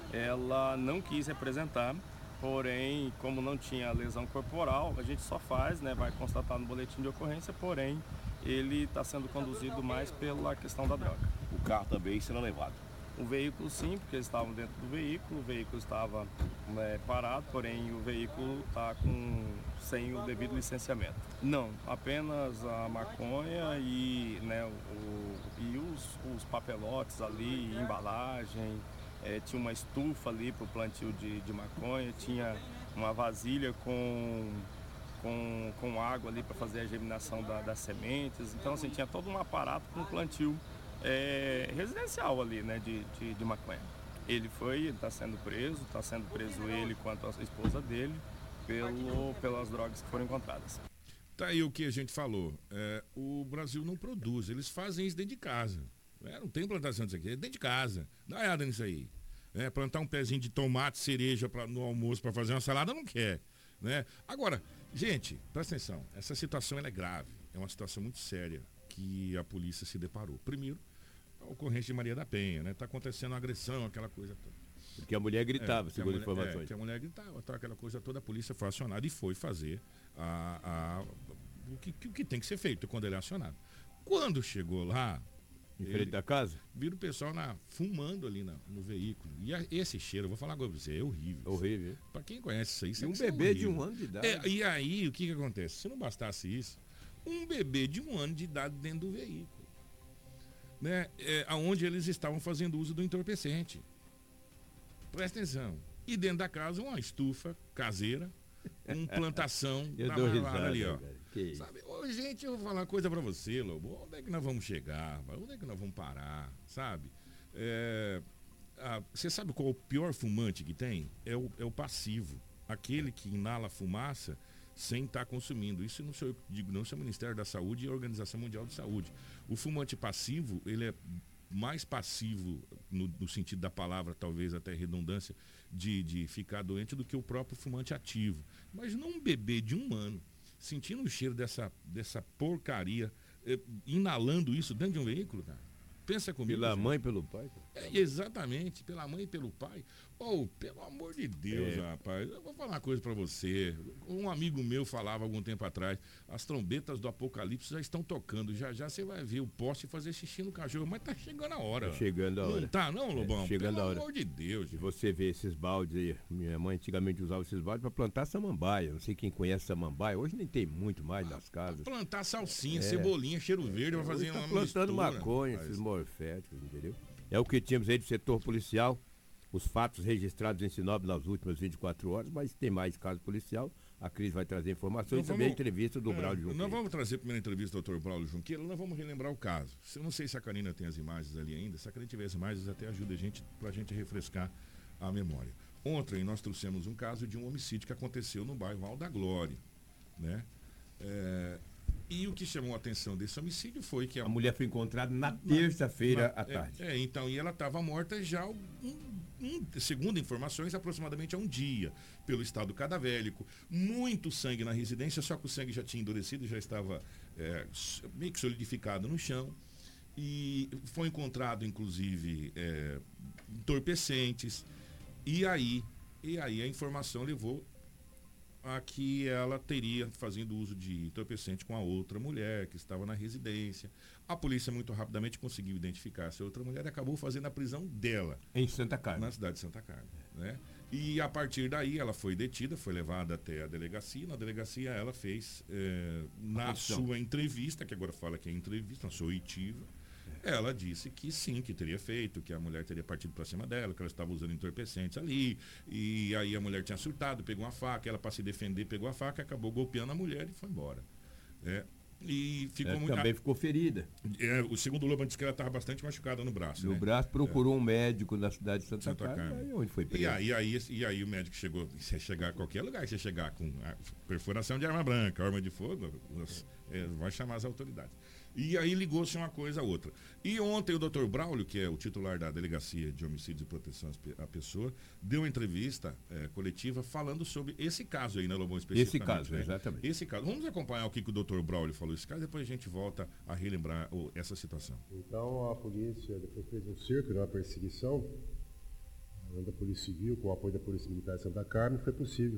ela não quis representar, porém, como não tinha lesão corporal, a gente só faz, né, vai constatar no boletim de ocorrência, porém, ele está sendo conduzido mais pela questão da droga. O carro também será levado? O veículo sim, porque eles estavam dentro do veículo, o veículo estava é, parado, porém o veículo está com, sem o devido licenciamento. Não, apenas a maconha e, né, o, e os, os papelotes ali, embalagem, É, tinha uma estufa ali para o plantio de, de maconha, tinha uma vasilha com, com, com água ali para fazer a germinação da, das sementes. Então, assim, tinha todo um aparato para um plantio é, residencial ali, né, de, de, de maconha. Ele foi, está sendo preso, está sendo preso ele quanto a esposa dele, pelo, pelas drogas que foram encontradas. Tá aí o que a gente falou. É, o Brasil não produz, eles fazem isso dentro de casa. É, não tem plantação disso aqui, é dentro de casa. Dá uma olhada nisso aí. É, plantar um pezinho de tomate, cereja pra, no almoço para fazer uma salada, não quer. Né? Agora, gente, presta atenção. Essa situação ela é grave. É uma situação muito séria que a polícia se deparou. Primeiro, a ocorrência de Maria da Penha. Né? Tá acontecendo uma agressão, aquela coisa toda. Porque a mulher gritava, é, segundo mulher, informações. É, que a mulher gritava, tá, aquela coisa toda. A polícia foi acionada e foi fazer a, a, o, que, o que tem que ser feito quando ele é acionado. Quando chegou lá... Em frente da casa? Vira o pessoal na, fumando ali na, no veículo. E a, esse cheiro, eu vou falar agora pra você, é horrível. Horrível. Pra quem conhece isso aí, isso e um é bebê horrível. de um ano de idade. É, e aí, o que que acontece? Se não bastasse isso, um bebê de um ano de idade dentro do veículo. Né? É, onde eles estavam fazendo uso do entorpecente. Presta atenção. E dentro da casa, uma estufa caseira, com plantação eu da dou Marvara risada, ali, ó. Que... Sabe, ô, gente, eu vou falar uma coisa pra você, Lobo. Onde é que nós vamos chegar? Onde é que nós vamos parar? Sabe? É, a, você sabe qual é o pior fumante que tem? É o, é o passivo. Aquele que inala fumaça sem estar consumindo. Isso não sou eu que digo, não. Isso é o Ministério da Saúde e a Organização Mundial de Saúde. O fumante passivo, ele é mais passivo, no, no sentido da palavra, talvez até redundância, de, de ficar doente do que o próprio fumante ativo. Mas não um bebê de um ano, sentindo o cheiro dessa, dessa porcaria, eh, inalando isso dentro de um veículo, cara. Pensa comigo. Pela gente. mãe e pelo pai? É, exatamente, pela mãe e pelo pai. Oh, pelo amor de Deus, é. rapaz, eu vou falar uma coisa pra você. Um amigo meu falava algum tempo atrás, as trombetas do apocalipse já estão tocando, já já você vai ver o poste fazer xixi no cachorro, mas tá chegando a hora. Tá chegando a hora. Não tá não, Lobão? É, chegando pelo a hora. amor de Deus. E você vê esses baldes aí, minha mãe antigamente usava esses baldes para plantar samambaia, não sei quem conhece samambaia, hoje nem tem muito mais nas casas. Pra plantar salsinha, É. cebolinha, cheiro verde, vai fazer Hoje tá uma plantando mistura, maconha, rapaz. esses morféticos, entendeu? É o que tínhamos aí do setor policial, os fatos registrados em Sinop nas últimas vinte e quatro horas, mas tem mais caso policial. A Cris vai trazer informações Nós e também a vamos- entrevista do É, Braulio Junqueira. Nós vamos trazer a primeira entrevista do doutor Braulio Junqueira, nós vamos relembrar o caso. Eu não sei se a Karina tem as imagens ali ainda, se a Karina tiver as imagens até ajuda a gente, pra gente refrescar a memória. Ontem nós trouxemos um caso de um homicídio que aconteceu no bairro Alda Glória, né? É, e o que chamou a atenção desse homicídio foi que a, A mulher foi encontrada na terça-feira na- à tarde. É, é, então, e ela estava morta já, há um, um, segundo informações, aproximadamente há um dia, pelo estado cadavélico. Muito sangue na residência, só que o sangue já tinha endurecido, já estava é, meio que solidificado no chão. E foi encontrado, inclusive, é, entorpecentes. E aí, e aí a informação levou a que ela teria fazendo uso de entorpecente com a outra mulher que estava na residência. A polícia muito rapidamente conseguiu identificar essa outra mulher e acabou fazendo a prisão dela. Em Santa Carmen. Na cidade de Santa Carmen. Né? E a partir daí ela foi detida, foi levada até a delegacia. Na delegacia ela fez, eh, na condição. sua entrevista, que agora fala que é entrevista, na sua oitiva, ela disse que sim, que teria feito, que a mulher teria partido para cima dela, que ela estava usando entorpecentes ali, e aí a mulher tinha surtado, pegou uma faca, ela para se defender pegou a faca, acabou golpeando a mulher e foi embora. É, e ficou Ela muito. também ficou ferida. É, o segundo Lobo disse que ela estava bastante machucada no braço. No né? braço, procurou um médico na cidade de Santa, Santa Carmen, Carmen. aí onde foi preso. E aí, aí, e aí o médico chegou, você chegar a qualquer lugar, você chegar com a perfuração de arma branca, arma de fogo, os- é, vai chamar as autoridades. E aí ligou-se uma coisa a outra. E ontem o doutor Braulio, que é o titular da Delegacia de Homicídios e Proteção à Pessoa, deu uma entrevista é, coletiva falando sobre esse caso aí, né, Lobão, especificamente. Esse caso, né? exatamente. Esse caso. Vamos acompanhar o que, que o doutor Braulio falou esse caso, depois a gente volta a relembrar ô, essa situação. Então a polícia depois fez um cerco, né, uma perseguição, da Polícia Civil, com o apoio da Polícia Militar de Santa Carmen, foi possível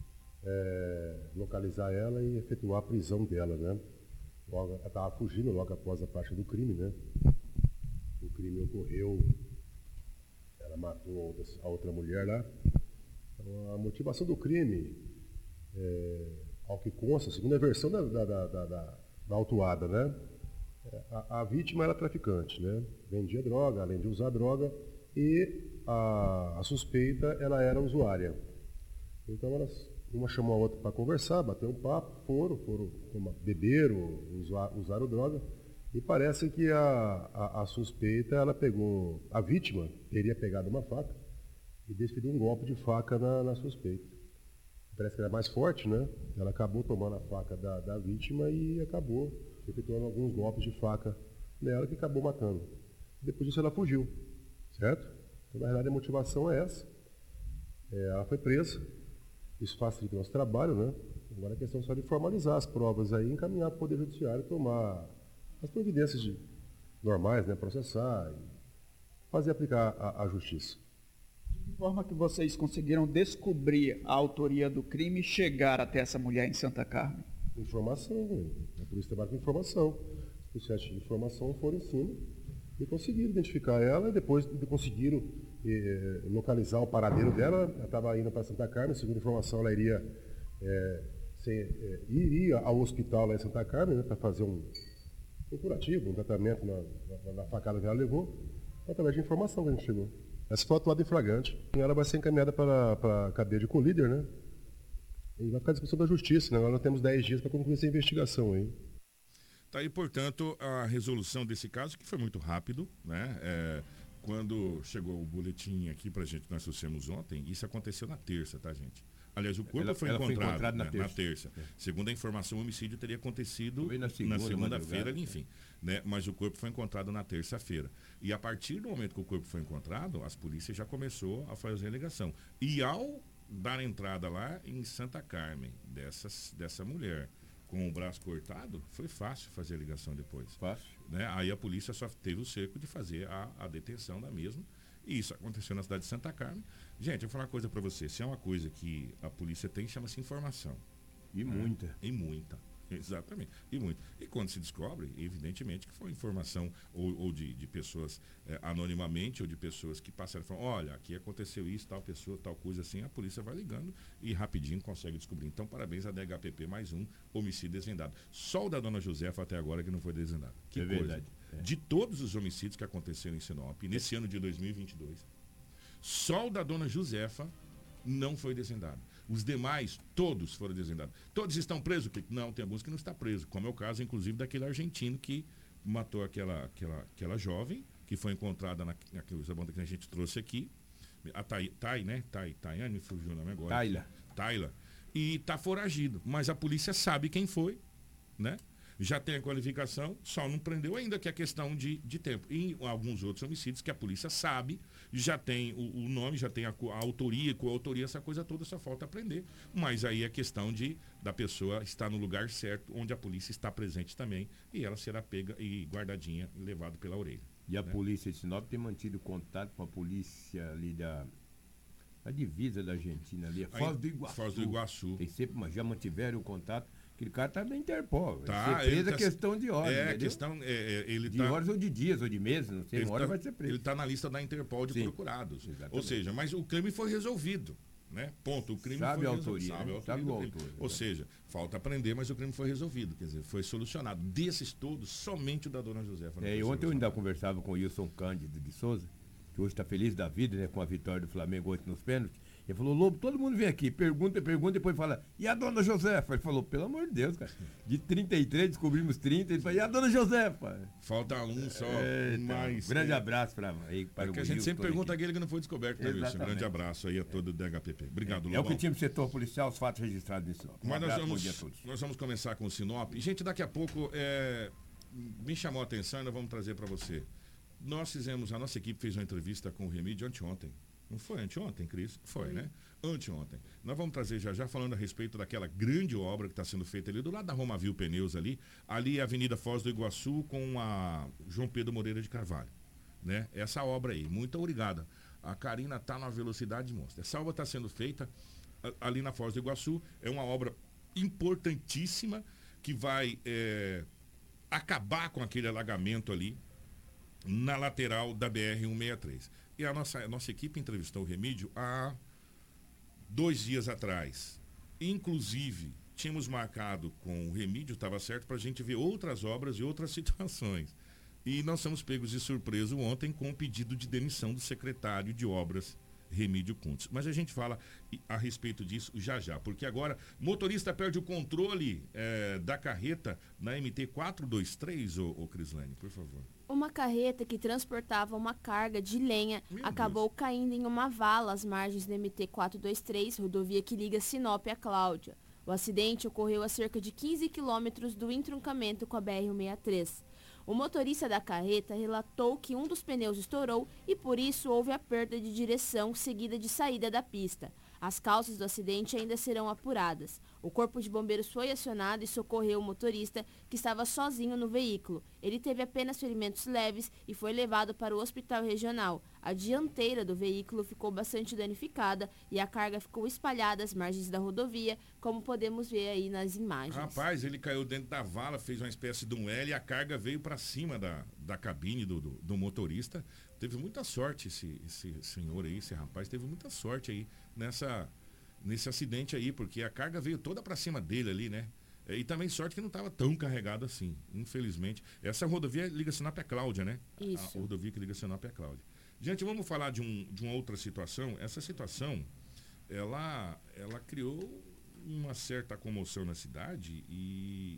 é, localizar ela e efetuar a prisão dela, né? Logo, ela estava fugindo logo após a prática do crime, né? O crime ocorreu, ela matou a outra, a outra mulher lá. Então, a motivação do crime, é, ao que consta, segundo a versão da, da, da, da, da, da autuada, né? A, a vítima era traficante, né? Vendia droga, além de usar droga, e a, a suspeita ela era usuária. Então elas, uma chamou a outra para conversar, bater um papo, foram, foram beberam, usaram, usaram droga. E parece que a, a, a suspeita, ela pegou, a vítima teria pegado uma faca e desferiu um golpe de faca na, na suspeita. Parece que era mais forte, né? Ela acabou tomando a faca da, da vítima e acabou efetuando alguns golpes de faca nela que acabou matando. Depois disso ela fugiu, certo? Então, na verdade, a motivação é essa. É, ela foi presa, isso facilita o nosso trabalho, né? Agora a questão é só de formalizar as provas aí, encaminhar para o Poder Judiciário, tomar as providências de, normais, né? Processar e fazer aplicar a, a justiça. De forma que vocês conseguiram descobrir a autoria do crime e chegar até essa mulher em Santa Carmen? Informação, a polícia trabalha com informação. Os policiais de informação foram em cima e conseguiram identificar ela e depois conseguiram eh, localizar o paradeiro dela. Ela estava indo para Santa Carmen, segundo informação, ela iria, eh, ser, eh, iria ao hospital lá em Santa Carmen, né, para fazer um, um curativo, um tratamento na, na, na facada que ela levou, através de informação que a gente chegou. Essa foi atuada em flagrante. Ela vai ser encaminhada para, para a cadeia de colíder, né? E vai ficar à discussão da justiça, né? Agora nós temos dez dias para concluir essa investigação aí. Tá aí, portanto, a resolução desse caso, que foi muito rápido, né? É, quando chegou o boletim aqui pra gente, nós trouxemos ontem, isso aconteceu na terça, tá, gente? Aliás, o corpo ela, foi, ela encontrado, foi encontrado na né, terça. na terça. É. Segundo a informação, o homicídio teria acontecido na segunda-feira, segunda enfim. Né? Mas o corpo foi encontrado na terça-feira. E a partir do momento que o corpo foi encontrado, as polícias já começou a fazer a ligação. E ao dar entrada lá em Santa Carmen, dessas, dessa mulher, com o braço cortado, foi fácil fazer a ligação depois. Fácil. Né? Aí a polícia só teve o cerco de fazer a, a detenção da mesma. E isso aconteceu na cidade de Santa Carmen. Gente, eu vou falar uma coisa para você. Se é uma coisa que a polícia tem, chama-se informação. E né? muita. E muita. Exatamente. E muito. E quando se descobre, evidentemente que foi informação ou, ou de, de pessoas é, anonimamente ou de pessoas que passaram e falaram, olha, aqui aconteceu isso, tal pessoa, tal coisa assim, a polícia vai ligando e rapidinho consegue descobrir. Então, parabéns à D H P P, mais um homicídio desvendado. Só o da dona Josefa até agora que não foi desvendado. Que é coisa. Verdade. É. De todos os homicídios que aconteceram em Sinop, nesse ano de dois mil e vinte e dois, só o da dona Josefa não foi desvendado. Os demais, todos foram desvendados. Todos estão presos? Não, tem alguns que não estão presos, como é o caso, inclusive, daquele argentino que matou aquela, aquela, aquela jovem, que foi encontrada na, naquela zabanda que a gente trouxe aqui, a Thay, Thay né? Thay, Tayane, me fugiu o nome agora. Tayla. Tayla. E está foragido, mas a polícia sabe quem foi, né? Já tem a qualificação, só não prendeu ainda, que é questão de, de tempo. E alguns outros homicídios que a polícia sabe, já tem o, o nome, já tem a, a autoria, com a autoria, essa coisa toda, só falta prender. Mas aí é questão de da pessoa estar no lugar certo, onde a polícia está presente também, e ela será pega e guardadinha e levada pela orelha. E a né? polícia de Sinop tem mantido contato com a polícia ali da... a divisa da Argentina ali, a Foz do Iguaçu. Foz do Iguaçu. Tem sempre, mas já mantiveram o contato. Aquele cara tá na Interpol. Tá, ser preso tá, é questão de horas. É, entendeu? questão. É, é, ele de tá, horas ou de dias ou de meses, não sei, uma hora tá, vai ser preso. Ele está na lista da Interpol de Sim, procurados. exatamente. Ou seja, mas o crime foi resolvido. Né? Ponto. O crime sabe foi a autoria, resolvido. né? Sabe, sabe o o crime. autor. Ou seja, falta aprender, mas o crime foi resolvido. Quer dizer, foi solucionado. Desses todos, somente o da dona Josefa. É, e ontem eu ainda conversava com o Wilson Cândido de Souza, que hoje está feliz da vida, né, com a vitória do Flamengo ontem nos pênaltis. Ele falou, Lobo, todo mundo vem aqui, pergunta, pergunta, depois fala, e a dona Josefa? Ele falou, pelo amor de Deus, cara, de trinta e três descobrimos trinta, ele falou, e a dona Josefa? Falta um só, é, mais. Um grande é, abraço para aí, para é o que a gente sempre pergunta aquele que não foi descoberto, né, Wilson? Um grande abraço aí a todo o D H P P. Obrigado, é, Lobão. É o que tinha no setor policial, os fatos registrados em Sinop. Um Mas abraço, nós vamos, bom dia a todos. Nós vamos começar com o Sinop. Gente, daqui a pouco, é, me chamou a atenção e nós vamos trazer para você. Nós fizemos, a nossa equipe fez uma entrevista com o Remídio anteontem. Não foi anteontem, Cris? Foi, foi, né? Anteontem. Nós vamos trazer já já falando a respeito daquela grande obra que está sendo feita ali do lado da Romavil Pneus ali. Ali é a Avenida Foz do Iguaçu com a João Pedro Moreira de Carvalho. Né? Essa obra aí. Muito obrigada. A Karina está na velocidade monstra. Essa obra está sendo feita ali na Foz do Iguaçu. É uma obra importantíssima que vai é, acabar com aquele alagamento ali na lateral da B R cento e sessenta e três. E a nossa, a nossa equipe entrevistou o Remídio há dois dias atrás. Inclusive, tínhamos marcado com o Remídio, estava certo, para a gente ver outras obras e outras situações. E nós fomos pegos de surpresa ontem com o pedido de demissão do secretário de Obras, Remídio Kuntz. Mas a gente fala a respeito disso já já, porque agora motorista perde o controle é, da carreta na M T quatrocentos e vinte e três, ô, ô Crislane, por favor. Uma carreta que transportava uma carga de lenha Meu acabou Deus. caindo em uma vala às margens da M T quatrocentos e vinte e três, rodovia que liga Sinop a Cláudia. O acidente ocorreu a cerca de quinze quilômetros do entroncamento com a B R cento e sessenta e três. O motorista da carreta relatou que um dos pneus estourou e por isso houve a perda de direção seguida de saída da pista. As causas do acidente ainda serão apuradas. O corpo de bombeiros foi acionado e socorreu o motorista, que estava sozinho no veículo. Ele teve apenas ferimentos leves e foi levado para o hospital regional. A dianteira do veículo ficou bastante danificada e a carga ficou espalhada às margens da rodovia, como podemos ver aí nas imagens. Rapaz, ele caiu dentro da vala, fez uma espécie de um L e a carga veio para cima da, da cabine do, do, do motorista. Teve muita sorte esse, esse senhor aí, esse rapaz, teve muita sorte aí nessa, nesse acidente aí, porque a carga veio toda para cima dele ali, né? E também sorte que não estava tão carregado assim, infelizmente. Essa rodovia liga Sinop a Cláudia, né? Isso. A rodovia que liga Sinop a Cláudia. Gente, vamos falar de, um, de uma outra situação. Essa situação, ela, ela criou uma certa comoção na cidade e,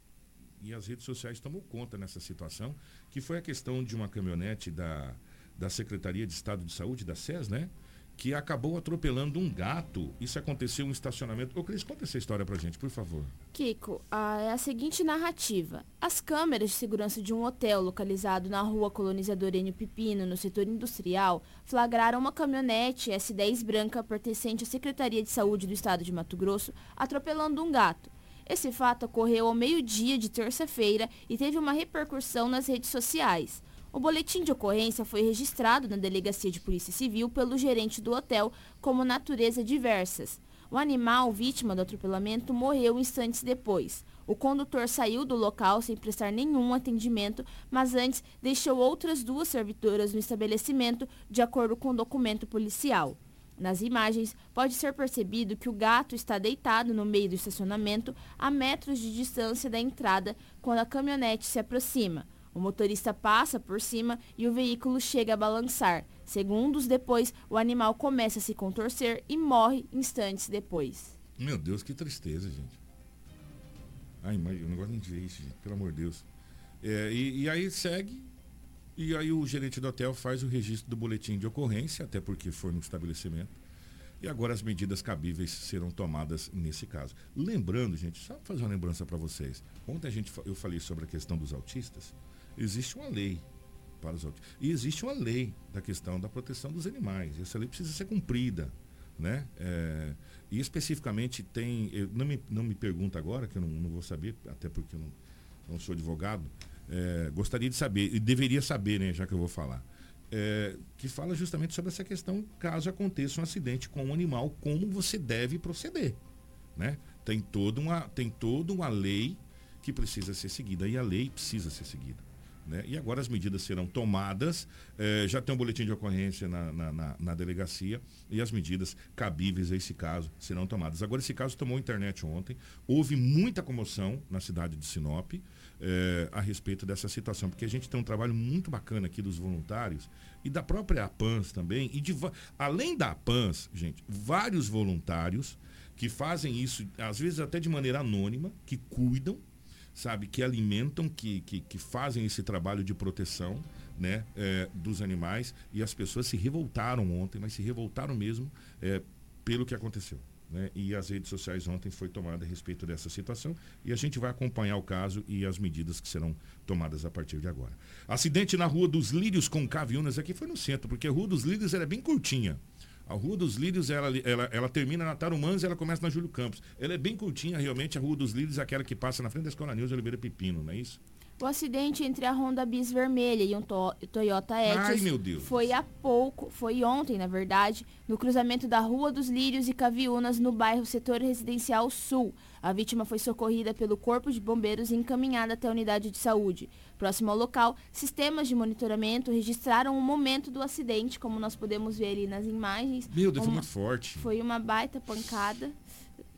e as redes sociais tomou conta nessa situação, que foi a questão de uma caminhonete da, da Secretaria de Estado de Saúde, da S E S, né? Que acabou atropelando um gato. Isso aconteceu em um estacionamento. Ô, Cris, conta essa história pra gente, por favor. Kiko, ah, é a seguinte narrativa. As câmeras de segurança de um hotel localizado na rua Colonizador Enio Pipino, no setor industrial, flagraram uma caminhonete S dez branca pertencente à Secretaria de Saúde do Estado de Mato Grosso, atropelando um gato. Esse fato ocorreu ao meio-dia de terça-feira e teve uma repercussão nas redes sociais. O boletim de ocorrência foi registrado na Delegacia de Polícia Civil pelo gerente do hotel como natureza diversas. O animal, vítima do atropelamento, morreu instantes depois. O condutor saiu do local sem prestar nenhum atendimento, mas antes deixou outras duas servidoras no estabelecimento, de acordo com o documento policial. Nas imagens, pode ser percebido que o gato está deitado no meio do estacionamento, a metros de distância da entrada, quando a caminhonete se aproxima. O motorista passa por cima e o veículo chega a balançar. Segundos depois, o animal começa a se contorcer e morre instantes depois. Meu Deus, que tristeza, gente. Ai, mas eu não gosto nem de ver isso, gente, pelo amor de Deus. É, e, e aí segue, e aí o gerente do hotel faz o registro do boletim de ocorrência, até porque foi no estabelecimento. E agora as medidas cabíveis serão tomadas nesse caso. Lembrando, gente, só fazer uma lembrança para vocês. Ontem a gente, eu falei sobre a questão dos autistas. Existe uma lei para os autistas. E existe uma lei da questão da proteção dos animais. Essa lei precisa ser cumprida, né? É, e especificamente tem... Eu, não, me, não me pergunta agora, que eu não, não vou saber, até porque eu não, não sou advogado. É, gostaria de saber, e deveria saber, né, já que eu vou falar. É, que fala justamente sobre essa questão, caso aconteça um acidente com um animal, como você deve proceder, né? Tem toda uma, tem toda uma lei que precisa ser seguida, e a lei precisa ser seguida, né? E agora as medidas serão tomadas, eh, já tem um boletim de ocorrência na, na, na, na delegacia, e as medidas cabíveis a esse caso serão tomadas. Agora, esse caso tomou internet ontem, houve muita comoção na cidade de Sinop eh, a respeito dessa situação, porque a gente tem um trabalho muito bacana aqui dos voluntários e da própria APANS também, e de, além da APANS, gente, vários voluntários que fazem isso, às vezes até de maneira anônima, que cuidam, sabe, que alimentam, que, que, que fazem esse trabalho de proteção, né, é, dos animais, e as pessoas se revoltaram ontem, mas se revoltaram mesmo é, pelo que aconteceu, né? E as redes sociais ontem foi tomada a respeito dessa situação, e a gente vai acompanhar o caso e as medidas que serão tomadas a partir de agora. Acidente na Rua dos Lírios com Caviunas, aqui foi no centro, porque a Rua dos Lírios era bem curtinha. A Rua dos Lírios, ela, ela, ela termina na Tarumãs e ela começa na Júlio Campos. Ela é bem curtinha, realmente, a Rua dos Lírios é aquela que passa na frente da Escola Nilson Oliveira Pepino, não é isso? O acidente entre a Honda Bis vermelha e um to Toyota Etios Ai, meu Deus. foi há pouco, foi ontem, na verdade, no cruzamento da Rua dos Lírios e Caviunas, no bairro Setor Residencial Sul. A vítima foi socorrida pelo Corpo de Bombeiros e encaminhada até a unidade de saúde. Próximo ao local, sistemas de monitoramento registraram o momento do acidente, como nós podemos ver ali nas imagens. Meu Deus, uma, foi muito forte. Foi uma baita pancada.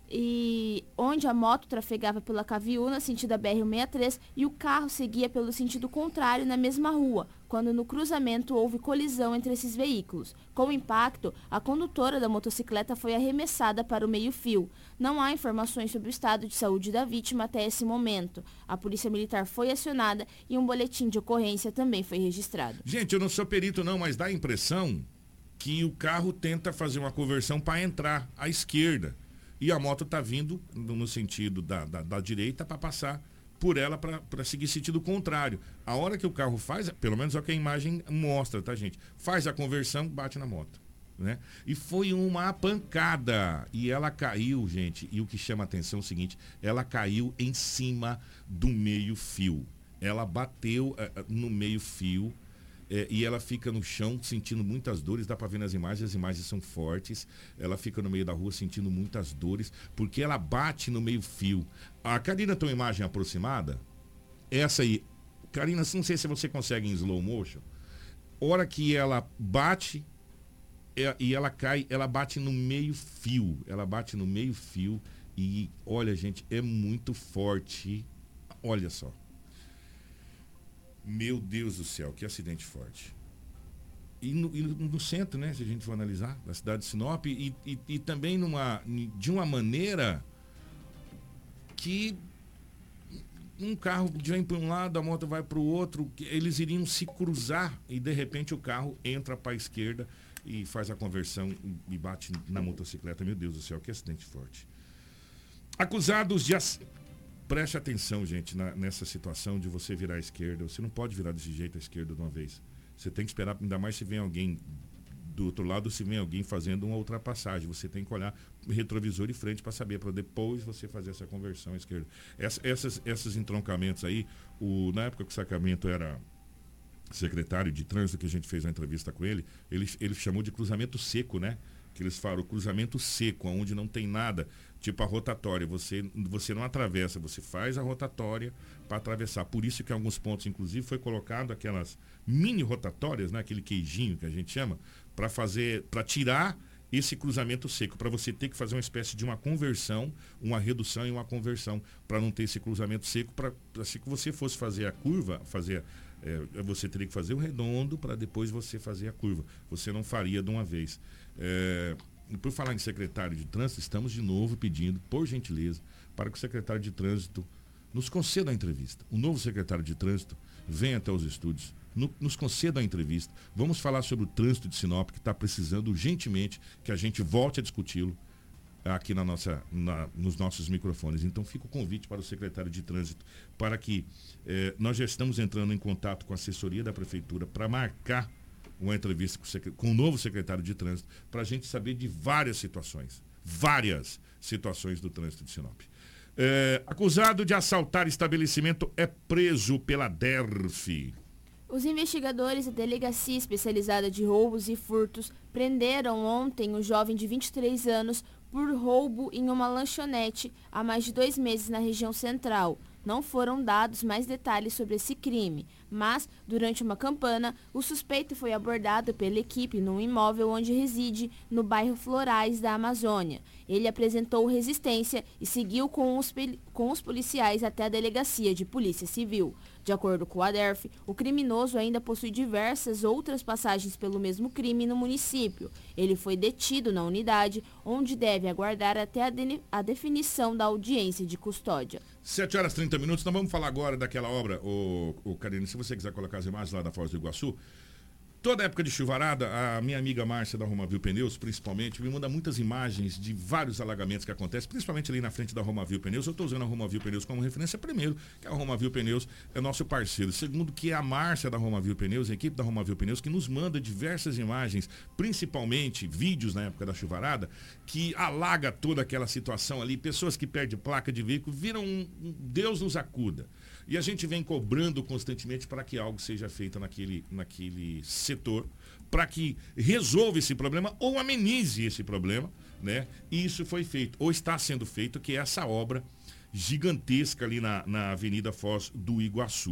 e onde a moto trafegava pela Caviúna, sentido a B R cento e sessenta e três, e o carro seguia pelo sentido contrário na mesma rua, quando no cruzamento houve colisão entre esses veículos. Com o impacto, a condutora da motocicleta foi arremessada para o meio-fio. Não há informações sobre o estado de saúde da vítima até esse momento. A Polícia Militar foi acionada e um boletim de ocorrência também foi registrado. Gente, eu não sou perito não, mas dá a impressão que o carro tenta fazer uma conversão para entrar à esquerda. E a moto está vindo no sentido da, da, da direita para passar por ela para seguir sentido contrário. A hora que o carro faz, pelo menos é o que a imagem mostra, tá, gente? Faz a conversão, bate na moto, né? E foi uma pancada. E ela caiu, gente, e o que chama a atenção é o seguinte, ela caiu em cima do meio-fio. Ela bateu uh, no meio-fio. É, e ela fica no chão sentindo muitas dores, dá para ver nas imagens, as imagens são fortes. Ela fica no meio da rua sentindo muitas dores, porque ela bate no meio fio. A Karina tem uma imagem aproximada, essa aí. Karina, não sei se você consegue em slow motion. Hora que ela bate é, e ela cai, ela bate no meio fio. Ela bate no meio fio e, olha, gente, é muito forte. Olha só. Meu Deus do céu, que acidente forte. E no, e no centro, né, se a gente for analisar, da cidade de Sinop, e, e, e também numa, de uma maneira que um carro vem para um lado, a moto vai para o outro, eles iriam se cruzar e de repente o carro entra para a esquerda e faz a conversão e bate na motocicleta. Meu Deus do céu, que acidente forte. Acusados de... Ac... Preste atenção, gente, na, nessa situação de você virar à esquerda. Você não pode virar desse jeito à esquerda de uma vez. Você tem que esperar, ainda mais se vem alguém do outro lado, se vem alguém fazendo uma ultrapassagem. Você tem que olhar retrovisor e frente para saber, para depois você fazer essa conversão à esquerda. Essa, essas, esses entroncamentos aí, o, na época que o Sacramento era secretário de trânsito, que a gente fez uma entrevista com ele, ele, ele chamou de cruzamento seco, né? Que eles falam, cruzamento seco, onde não tem nada, tipo a rotatória, você, você não atravessa, você faz a rotatória para atravessar. Por isso que em alguns pontos, inclusive, foi colocado aquelas mini rotatórias, né, aquele queijinho que a gente chama, para fazer, para tirar esse cruzamento seco, para você ter que fazer uma espécie de uma conversão, uma redução e uma conversão, para não ter esse cruzamento seco, para assim que você fosse fazer a curva, fazer É, você teria que fazer o redondo para depois você fazer a curva. Você não faria de uma vez. É, por falar em secretário de trânsito, estamos de novo pedindo, por gentileza, para que o secretário de trânsito nos conceda a entrevista. O novo secretário de trânsito venha até os estúdios, no, nos conceda a entrevista. Vamos falar sobre o trânsito de Sinop, que está precisando urgentemente que a gente volte a discuti-lo aqui na nossa, na, nos nossos microfones. Então fica o convite para o secretário de trânsito para que eh, nós já estamos entrando em contato com a assessoria da prefeitura para marcar uma entrevista com o, com o novo secretário de trânsito para a gente saber de várias situações, várias situações do trânsito de Sinop. Eh, acusado de assaltar estabelecimento é preso pela D E R F. Os investigadores da Delegacia Especializada de Roubos e Furtos prenderam ontem o jovem de vinte e três anos por roubo em uma lanchonete há mais de dois meses na região central. Não foram dados mais detalhes sobre esse crime, mas, durante uma campana, o suspeito foi abordado pela equipe num imóvel onde reside, no bairro Florais da Amazônia. Ele apresentou resistência e seguiu com os, com os policiais até a Delegacia de Polícia Civil. De acordo com a D E R F, o criminoso ainda possui diversas outras passagens pelo mesmo crime no município. Ele foi detido na unidade, onde deve aguardar até a, de, a definição da audiência de custódia. sete horas e trinta minutos, nós vamos falar agora daquela obra, o, o Karine, se você quiser colocar as imagens lá da Foz do Iguaçu. Toda época de chuvarada, a minha amiga Márcia da Romavil Pneus, principalmente, me manda muitas imagens de vários alagamentos que acontecem, principalmente ali na frente da Romavil Pneus. Eu estou usando a Romavil Pneus como referência, primeiro, que a Romavil Pneus é nosso parceiro. Segundo, que é a Márcia da Romavil Pneus, a equipe da Romavil Pneus, que nos manda diversas imagens, principalmente vídeos na época da chuvarada, que alaga toda aquela situação ali. Pessoas que perdem placa de veículo, viram um, um Deus nos acuda. E a gente vem cobrando constantemente para que algo seja feito naquele, naquele setor, para que resolva esse problema ou amenize esse problema, né? E isso foi feito, ou está sendo feito, que é essa obra gigantesca ali na, na Avenida Foz do Iguaçu.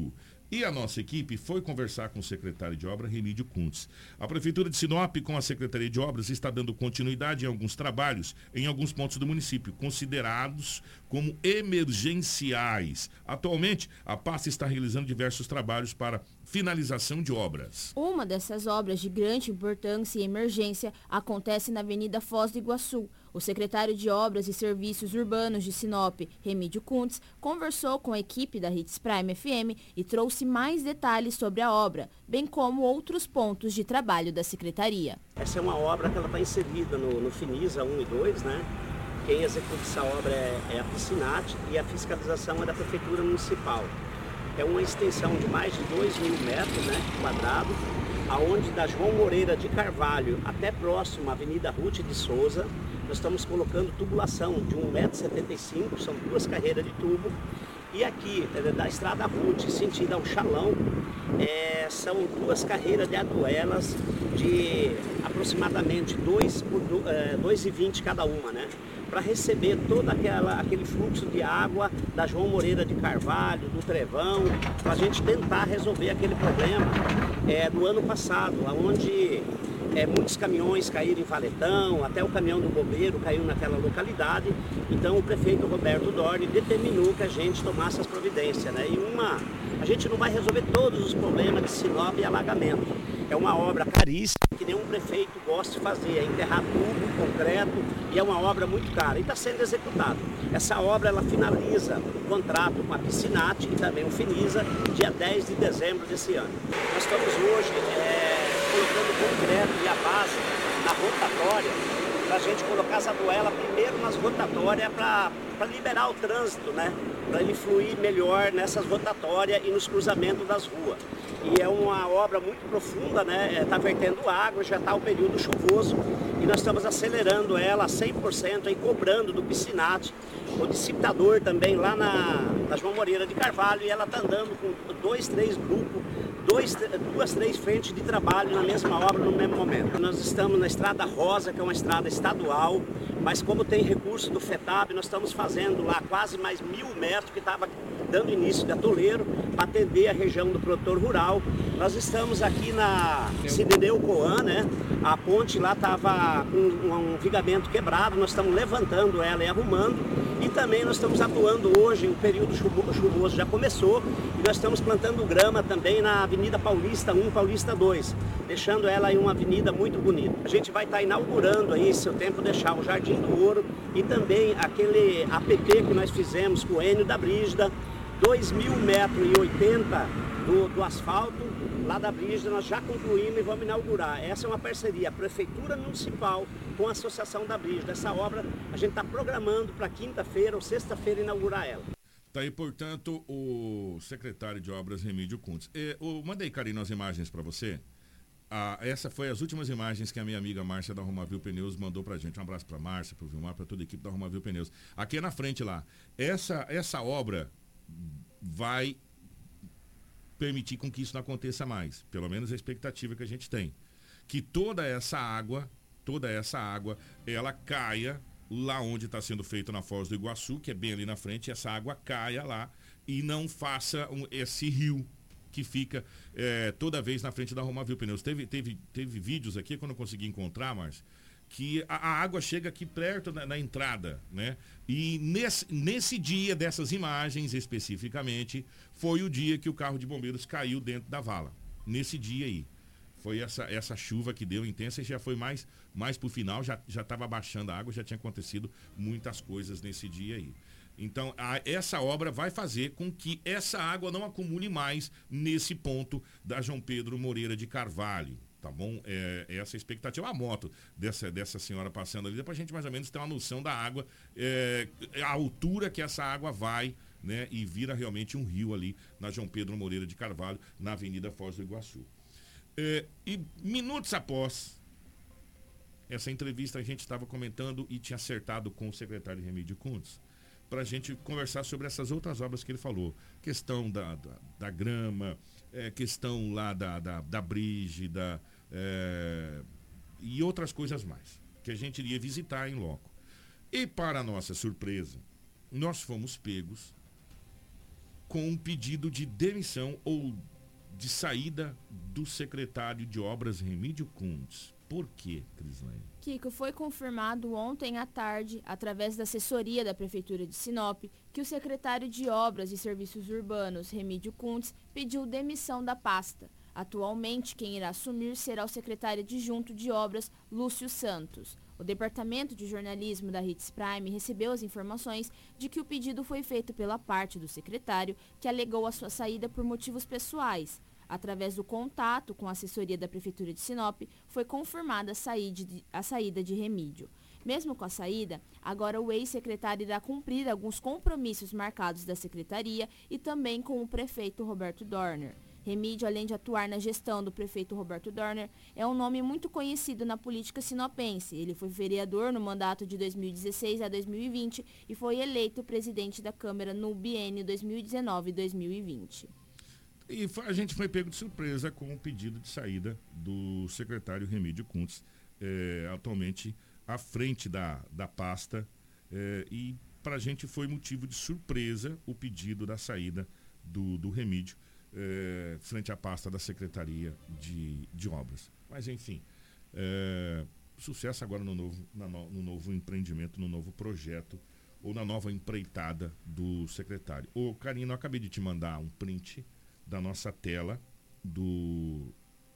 E a nossa equipe foi conversar com o secretário de obra, Remídio Kuntz. A Prefeitura de Sinop, com a Secretaria de Obras, está dando continuidade em alguns trabalhos em alguns pontos do município, considerados como emergenciais. Atualmente, a pasta está realizando diversos trabalhos para finalização de obras. Uma dessas obras de grande importância e emergência acontece na Avenida Foz do Iguaçu. O secretário de Obras e Serviços Urbanos de Sinop, Remídio Kuntz, conversou com a equipe da Hits Prime F M e trouxe mais detalhes sobre a obra, bem como outros pontos de trabalho da secretaria. Essa é uma obra que ela está inserida no, no Finisa um e dois, né? Quem executa essa obra é, é a Piscinat e a fiscalização é da Prefeitura Municipal. É uma extensão de mais de dois mil metros, né, quadrados, aonde da João Moreira de Carvalho até próximo à Avenida Ruth de Souza, nós estamos colocando tubulação de um metro e setenta e cinco, são duas carreiras de tubo. E aqui, da Estrada Ruth, sentido ao Chalão, é, são duas carreiras de aduelas de aproximadamente dois e vinte cada uma, né? Para receber todo aquela, aquele fluxo de água da João Moreira de Carvalho, do Trevão, para a gente tentar resolver aquele problema é, do ano passado, onde é, muitos caminhões caíram em Valetão, até o caminhão do bombeiro caiu naquela localidade. Então o prefeito Roberto Dorne determinou que a gente tomasse as providências, né? E uma, a gente não vai resolver todos os problemas de Sinop e alagamento. É uma obra caríssima, que nenhum prefeito gosta de fazer, é enterrar tubo, concreto, e é uma obra muito cara, e está sendo executada. Essa obra, ela finaliza o contrato com a Piscinat e também o Finisa, dia dez de dezembro desse ano. Nós estamos hoje é, colocando concreto e a base na rotatória, para a gente colocar essa duela primeiro nas rotatórias, para liberar o trânsito, né? Para ele fluir melhor nessas rotatórias e nos cruzamentos das ruas. E é uma obra muito profunda, né? Está vertendo água, já está o período chuvoso e nós estamos acelerando ela a cem por cento e cobrando do Piscinat, o dissipador também lá na, na João Moreira de Carvalho, e ela está andando com dois, três grupos, dois, duas, três frentes de trabalho na mesma obra no mesmo momento. Nós estamos na Estrada Rosa, que é uma estrada estadual, mas como tem recurso do FETAB, nós estamos fazendo lá quase mais mil metros que estava dando início de atoleiro para atender a região do produtor rural. Nós estamos aqui na Cidineu Coan, né? A ponte lá estava com um, um vigamento quebrado, nós estamos levantando ela e arrumando. E também nós estamos atuando hoje, o período chuvoso já começou, e nós estamos plantando grama também na Avenida Paulista um, Paulista dois, deixando ela em uma avenida muito bonita. A gente vai estar inaugurando aí, se o tempo deixar, o Jardim do Ouro e também aquele A P P que nós fizemos com o Enio da Brígida, dois mil metros e oitenta do, do asfalto, lá da Brígida, nós já concluímos e vamos inaugurar. Essa é uma parceria, Prefeitura Municipal com a Associação da Brígida. Essa obra a gente está programando para quinta-feira ou sexta-feira inaugurar ela. Tá aí, portanto, o secretário de Obras, Remídio Kuntz. Eu mandei, Karina, as imagens para você. Ah, essa foi as últimas imagens que a minha amiga Márcia da Romavil Pneus mandou pra gente. Um abraço pra Márcia, pro Vilmar, pra toda a equipe da Romavil Pneus. Aqui na frente lá, essa, essa obra vai permitir com que isso não aconteça mais. Pelo menos a expectativa que a gente tem. Que toda essa água, toda essa água, ela caia lá onde está sendo feito na Foz do Iguaçu, que é bem ali na frente, essa água caia lá e não faça um, esse rio que fica é, toda vez na frente da Romavil Pneus. Teve, teve, teve vídeos aqui, quando eu consegui encontrar, Márcio, que a, a água chega aqui perto na, na entrada, né? E nesse, nesse dia dessas imagens, especificamente, foi o dia que o carro de bombeiros caiu dentro da vala. Nesse dia aí. Foi essa, essa chuva que deu intensa e já foi mais, mais pro final, já estava baixando a água, já tinha acontecido muitas coisas nesse dia aí. Então, a, essa obra vai fazer com que essa água não acumule mais nesse ponto da João Pedro Moreira de Carvalho, tá bom? É, essa expectativa, a moto dessa, dessa senhora passando ali, dá pra gente mais ou menos ter uma noção da água, é, a altura que essa água vai, né? E vira realmente um rio ali na João Pedro Moreira de Carvalho, na Avenida Foz do Iguaçu. É, e minutos após essa entrevista, a gente estava comentando e tinha acertado com o secretário Remídio Kuntz para a gente conversar sobre essas outras obras que ele falou. Questão da, da, da grama, é, questão lá da, da, da Brígida, é, e outras coisas mais, que a gente iria visitar em loco. E para nossa surpresa, nós fomos pegos com um pedido de demissão ou de saída do secretário de Obras, Remídio Kuntz. Por quê, Crislane? Kiko, foi confirmado ontem à tarde, através da assessoria da Prefeitura de Sinop, que o secretário de Obras e Serviços Urbanos, Remídio Kuntz, pediu demissão da pasta. Atualmente, quem irá assumir será o secretário adjunto de Obras, Lúcio Santos. O Departamento de Jornalismo da Hits Prime recebeu as informações de que o pedido foi feito pela parte do secretário, que alegou a sua saída por motivos pessoais. Através do contato com a assessoria da Prefeitura de Sinop, foi confirmada a saída de, a saída de Remídio. Mesmo com a saída, agora o ex-secretário irá cumprir alguns compromissos marcados da secretaria e também com o prefeito Roberto Dorner. Remídio, além de atuar na gestão do prefeito Roberto Dorner, é um nome muito conhecido na política sinopense. Ele foi vereador no mandato de dois mil e dezesseis a dois mil e vinte e foi eleito presidente da Câmara no biênio dois mil e dezenove e dois mil e vinte. E a gente foi pego de surpresa com o pedido de saída do secretário Remídio Kuntz, é, atualmente à frente da, da pasta, é, e para a gente foi motivo de surpresa o pedido da saída do, do Remídio, é, frente à pasta da Secretaria de, de Obras. Mas enfim, é, sucesso agora no novo, na, no novo empreendimento, no novo projeto, ou na nova empreitada do secretário. Ô Karina, eu acabei de te mandar um print da nossa tela do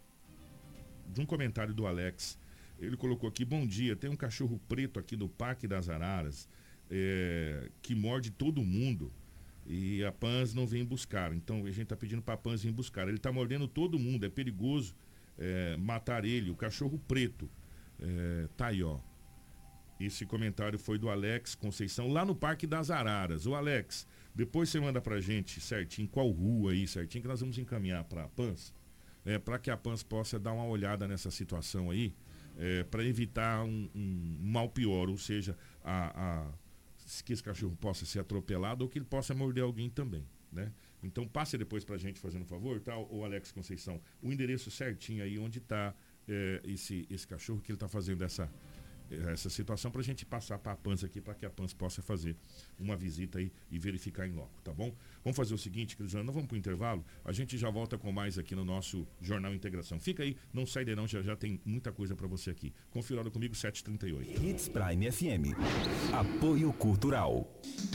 de um comentário do Alex. Ele colocou aqui: bom dia, tem um cachorro preto aqui no Parque das Araras é, que morde todo mundo e a Pans não vem buscar, então a gente está pedindo para a Pans vir buscar. Ele está mordendo todo mundo, é perigoso é, matar ele, o cachorro preto. É, tá aí, ó. Esse comentário foi do Alex Conceição, lá no Parque das Araras. O Alex, depois você manda pra gente certinho, qual rua aí certinho, que nós vamos encaminhar pra Pans, é, para que a Pans possa dar uma olhada nessa situação aí, é, para evitar um, um mal pior, ou seja, a, a, que esse cachorro possa ser atropelado ou que ele possa morder alguém também, né? Então passe depois pra gente, fazendo um favor, tá, o Alex Conceição, o endereço certinho aí onde tá é, esse, esse cachorro, que ele tá fazendo essa... essa situação, para a gente passar para a Pans aqui, para que a Pans possa fazer uma visita aí e verificar em loco, tá bom? Vamos fazer o seguinte, Cristiano, nós vamos para o intervalo, a gente já volta com mais aqui no nosso Jornal Integração. Fica aí, não sai de não, já, já tem muita coisa para você aqui. Confira comigo, sete e trinta e oito. Hits Prime F M. Apoio Cultural.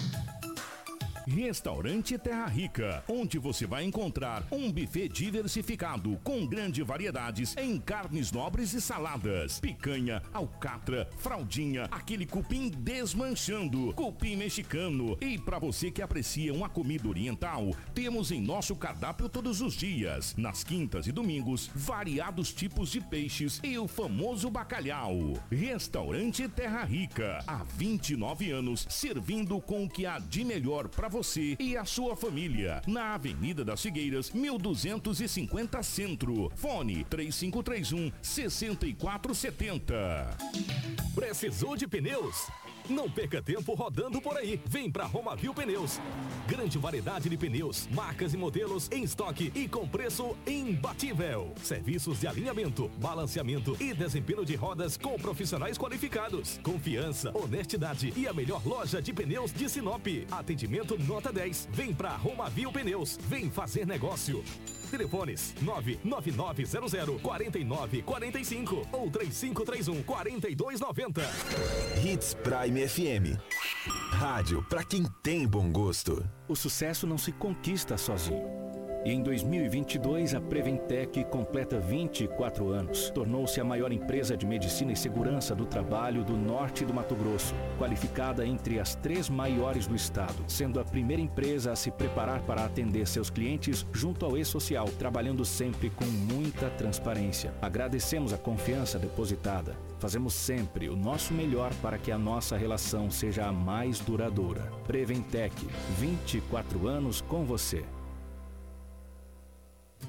Restaurante Terra Rica, onde você vai encontrar um buffet diversificado com grandes variedades em carnes nobres e saladas, picanha, alcatra, fraldinha, aquele cupim desmanchando, cupim mexicano. E para você que aprecia uma comida oriental, temos em nosso cardápio todos os dias, nas quintas e domingos, variados tipos de peixes e o famoso bacalhau. Restaurante Terra Rica, há vinte e nove anos, servindo com o que há de melhor para você você e a sua família, na Avenida das Figueiras, mil duzentos e cinquenta Centro. Fone três cinco três um, seis quatro sete zero. Precisou de pneus? Não perca tempo rodando por aí. Vem pra Romavil Pneus. Grande variedade de pneus, marcas e modelos em estoque e com preço imbatível. Serviços de alinhamento, balanceamento e desempenho de rodas com profissionais qualificados. Confiança, honestidade e a melhor loja de pneus de Sinop. Atendimento nota dez. Vem pra Romavil Pneus. Vem fazer negócio. Telefones nove nove nove zero zero quatro nove quatro cinco ou três cinco três um quatro dois nove zero. Hits Prime F M. Rádio para quem tem bom gosto. O sucesso não se conquista sozinho. E em dois mil e vinte e dois, a Preventec completa vinte e quatro anos. Tornou-se a maior empresa de medicina e segurança do trabalho do norte do Mato Grosso, qualificada entre as três maiores do estado, sendo a primeira empresa a se preparar para atender seus clientes junto ao E-Social, trabalhando sempre com muita transparência. Agradecemos a confiança depositada. Fazemos sempre o nosso melhor para que a nossa relação seja a mais duradoura. Preventec, vinte e quatro anos com você.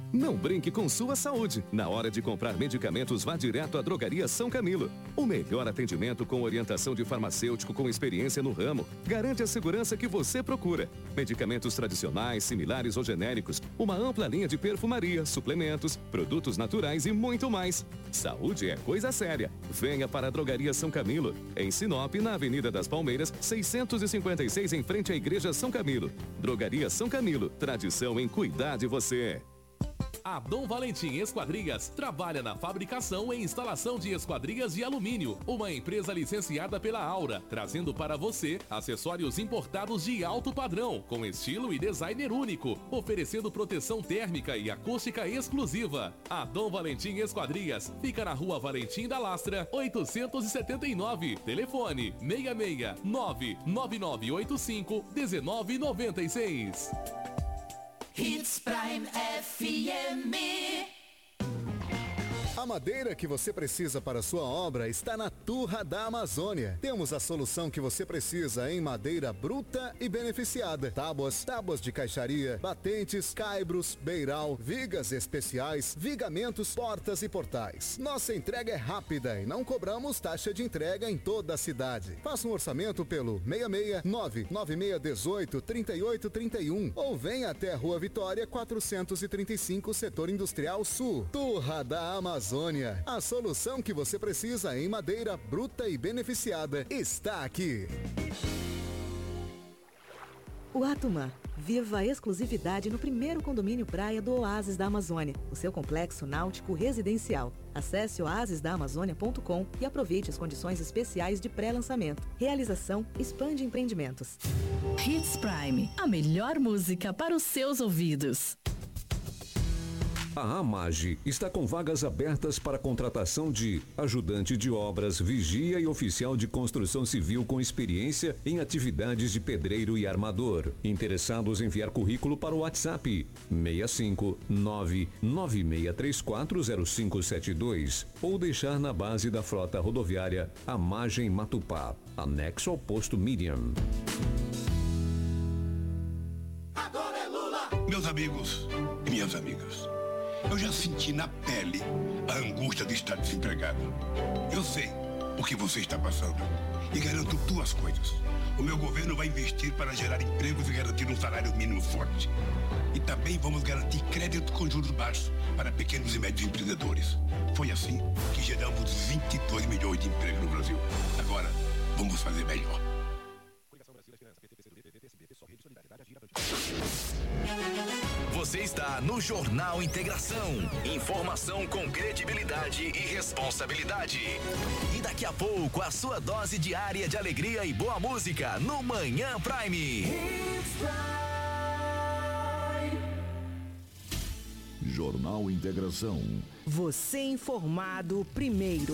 Não brinque com sua saúde. Na hora de comprar medicamentos, vá direto à Drogaria São Camilo. O melhor atendimento com orientação de farmacêutico com experiência no ramo. Garante a segurança que você procura. Medicamentos tradicionais, similares ou genéricos. Uma ampla linha de perfumaria, suplementos, produtos naturais e muito mais. Saúde é coisa séria. Venha para a Drogaria São Camilo. Em Sinop, na Avenida das Palmeiras, seiscentos e cinquenta e seis, em frente à Igreja São Camilo. Drogaria São Camilo. Tradição em cuidar de você. A Dom Valentim Esquadrias trabalha na fabricação e instalação de esquadrias de alumínio, uma empresa licenciada pela Aura, trazendo para você acessórios importados de alto padrão, com estilo e designer único, oferecendo proteção térmica e acústica exclusiva. A Dom Valentim Esquadrias fica na Rua Valentim da Lastra, oitocentos e setenta e nove, telefone seis seis nove nove nove oito cinco um nove nove seis. Hits Prime F M. A madeira que você precisa para sua obra está na Turra da Amazônia. Temos a solução que você precisa em madeira bruta e beneficiada. Tábuas, tábuas de caixaria, batentes, caibros, beiral, vigas especiais, vigamentos, portas e portais. Nossa entrega é rápida e não cobramos taxa de entrega em toda a cidade. Faça um orçamento pelo seis seis nove nove seis um oito três oito três um ou venha até a Rua Vitória quatrocentos e trinta e cinco, Setor Industrial Sul. Turra da Amazônia. A solução que você precisa em madeira bruta e beneficiada está aqui. O Atumã. Viva a exclusividade no primeiro condomínio praia do Oásis da Amazônia, o seu complexo náutico residencial. Acesse oasis da amazônia ponto com e aproveite as condições especiais de pré-lançamento. Realização Expande Empreendimentos. Hits Prime, a melhor música para os seus ouvidos. A AMAGE está com vagas abertas para contratação de ajudante de obras, vigia e oficial de construção civil com experiência em atividades de pedreiro e armador. Interessados em enviar currículo para o WhatsApp seis cinco nove nove seis três quatro zero cinco sete dois ou deixar na base da frota rodoviária AMAGE em Matupá, anexo ao posto Miriam. Agora é Lula! Meus amigos e minhas amigas, eu já senti na pele a angústia de estar desempregado. Eu sei o que você está passando e garanto duas coisas. O meu governo vai investir para gerar empregos e garantir um salário mínimo forte. E também vamos garantir crédito com juros baixos para pequenos e médios empreendedores. Foi assim que geramos vinte e dois milhões de empregos no Brasil. Agora, vamos fazer melhor. Você está no Jornal Integração. Informação com credibilidade e responsabilidade. E daqui a pouco, a sua dose diária de alegria e boa música no Manhã Prime. Jornal Integração. Você informado primeiro.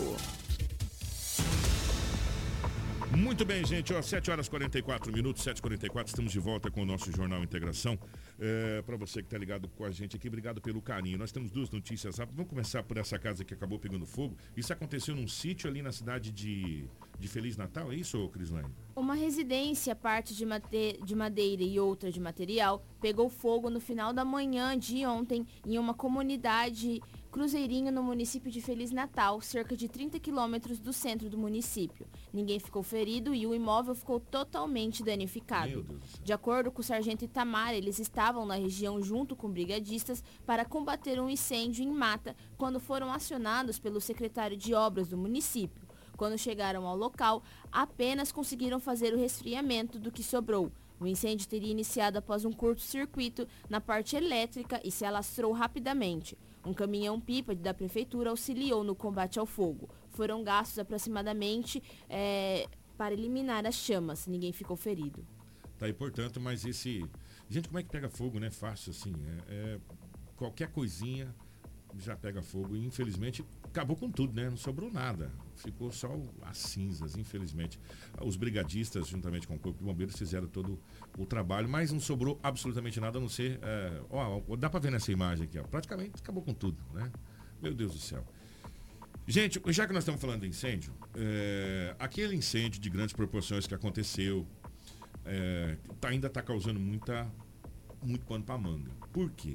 Muito bem, gente, ó, sete horas e quarenta e quatro minutos, sete e quarenta e quatro, estamos de volta com o nosso Jornal Integração. É, para você que está ligado com a gente aqui, obrigado pelo carinho. Nós temos duas notícias rápidas. Vamos começar por essa casa que acabou pegando fogo. Isso aconteceu num sítio ali na cidade de, de Feliz Natal, é isso, Crislane? Uma residência, parte de, mate, de madeira e outra de material, pegou fogo no final da manhã de ontem em uma comunidade Cruzeirinho, no município de Feliz Natal, cerca de trinta quilômetros do centro do município. Ninguém ficou ferido e o imóvel ficou totalmente danificado. De acordo com o sargento Itamar, eles estavam na região junto com brigadistas para combater um incêndio em mata quando foram acionados pelo secretário de obras do município. Quando chegaram ao local, apenas conseguiram fazer o resfriamento do que sobrou. O incêndio teria iniciado após um curto-circuito na parte elétrica e se alastrou rapidamente. Um caminhão-pipa da prefeitura auxiliou no combate ao fogo. Foram gastos aproximadamente é, para eliminar as chamas. Ninguém ficou ferido. Tá aí, portanto, mas esse... Gente, como é que pega fogo, né? Fácil, assim. É, é... Qualquer coisinha já pega fogo. E, infelizmente, acabou com tudo, né? Não sobrou nada. Ficou só as cinzas, infelizmente. Os brigadistas, juntamente com o Corpo de Bombeiros, fizeram todo o trabalho, mas não sobrou absolutamente nada, a não ser... É, ó, dá pra ver nessa imagem aqui, ó. Praticamente acabou com tudo, né? Meu Deus do céu. Gente, já que nós estamos falando de incêndio, é, aquele incêndio de grandes proporções que aconteceu, é, tá, ainda está causando muita, muito pano para manga. Por quê?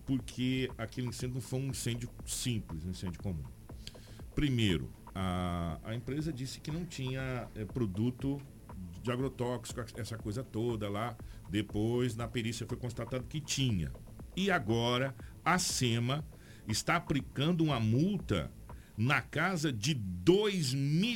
porque aquele incêndio não foi um incêndio simples, um incêndio comum. Primeiro, a, a empresa disse que não tinha é, produto de agrotóxico, essa coisa toda lá. Depois, na perícia, foi constatado que tinha. E agora, a SEMA está aplicando uma multa na casa de dois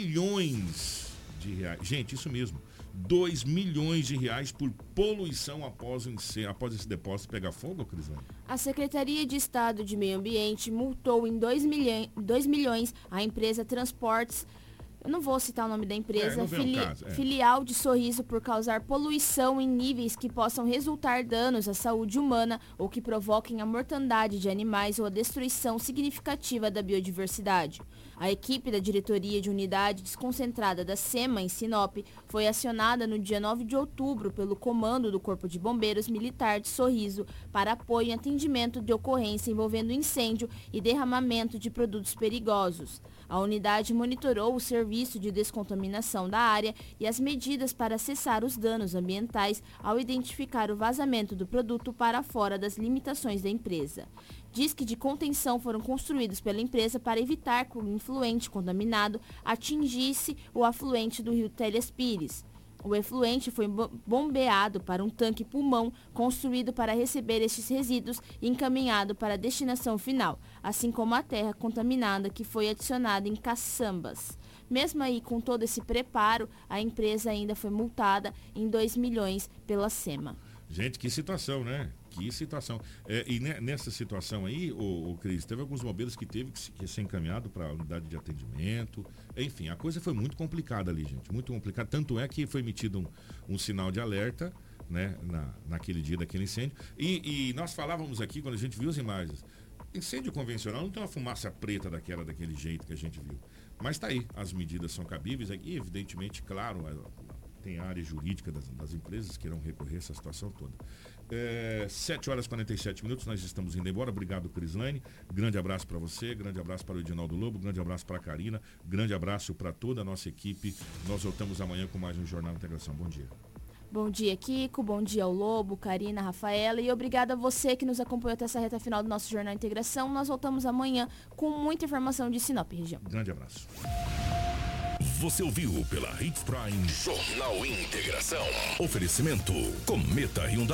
milhões de reais. Gente, isso mesmo. dois milhões de reais por poluição após, o após esse depósito pegar fogo, Crisane? A Secretaria de Estado de Meio Ambiente multou em dois milhões a empresa Transportes, eu não vou citar o nome da empresa, é, fili caso, é. filial de Sorriso, por causar poluição em níveis que possam resultar danos à saúde humana ou que provoquem a mortandade de animais ou a destruição significativa da biodiversidade. A equipe da Diretoria de Unidade Desconcentrada da SEMA, em Sinop, foi acionada no dia nove de outubro pelo Comando do Corpo de Bombeiros Militar de Sorriso para apoio e atendimento de ocorrência envolvendo incêndio e derramamento de produtos perigosos. A unidade monitorou o serviço de descontaminação da área e as medidas para cessar os danos ambientais ao identificar o vazamento do produto para fora das limitações da empresa. Disques de contenção foram construídos pela empresa para evitar que o influente contaminado atingisse o afluente do rio Telhas Pires. O efluente foi bombeado para um tanque pulmão construído para receber estes resíduos e encaminhado para a destinação final, assim como a terra contaminada que foi adicionada em caçambas. Mesmo aí com todo esse preparo, a empresa ainda foi multada em dois milhões pela SEMA. Gente, que situação, né? Que situação. É, e nessa situação aí, o, o Cris, teve alguns bombeiros que teve que, que ser encaminhado para a unidade de atendimento. Enfim, a coisa foi muito complicada ali, gente. Muito complicada. Tanto é que foi emitido um, um sinal de alerta, né? Na, naquele dia daquele incêndio. E, e nós falávamos aqui, quando a gente viu as imagens, incêndio convencional não tem uma fumaça preta daquela, daquele jeito que a gente viu. Mas tá aí, as medidas são cabíveis. E evidentemente, claro, tem a área jurídica das, das empresas que irão recorrer a essa situação toda. É, sete horas e quarenta e sete minutos, nós estamos indo embora. Obrigado, Crislane. Grande abraço para você, grande abraço para o Edinaldo Lobo, grande abraço para a Karina, grande abraço para toda a nossa equipe. Nós voltamos amanhã com mais um Jornal Integração. Bom dia. Bom dia, Kiko. Bom dia ao Lobo, Karina, Rafaela. E obrigado a você que nos acompanhou até essa reta final do nosso Jornal Integração. Nós voltamos amanhã com muita informação de Sinop região. Grande abraço. Você ouviu pela Hits Prime Jornal Integração. Oferecimento Cometa Hyundai.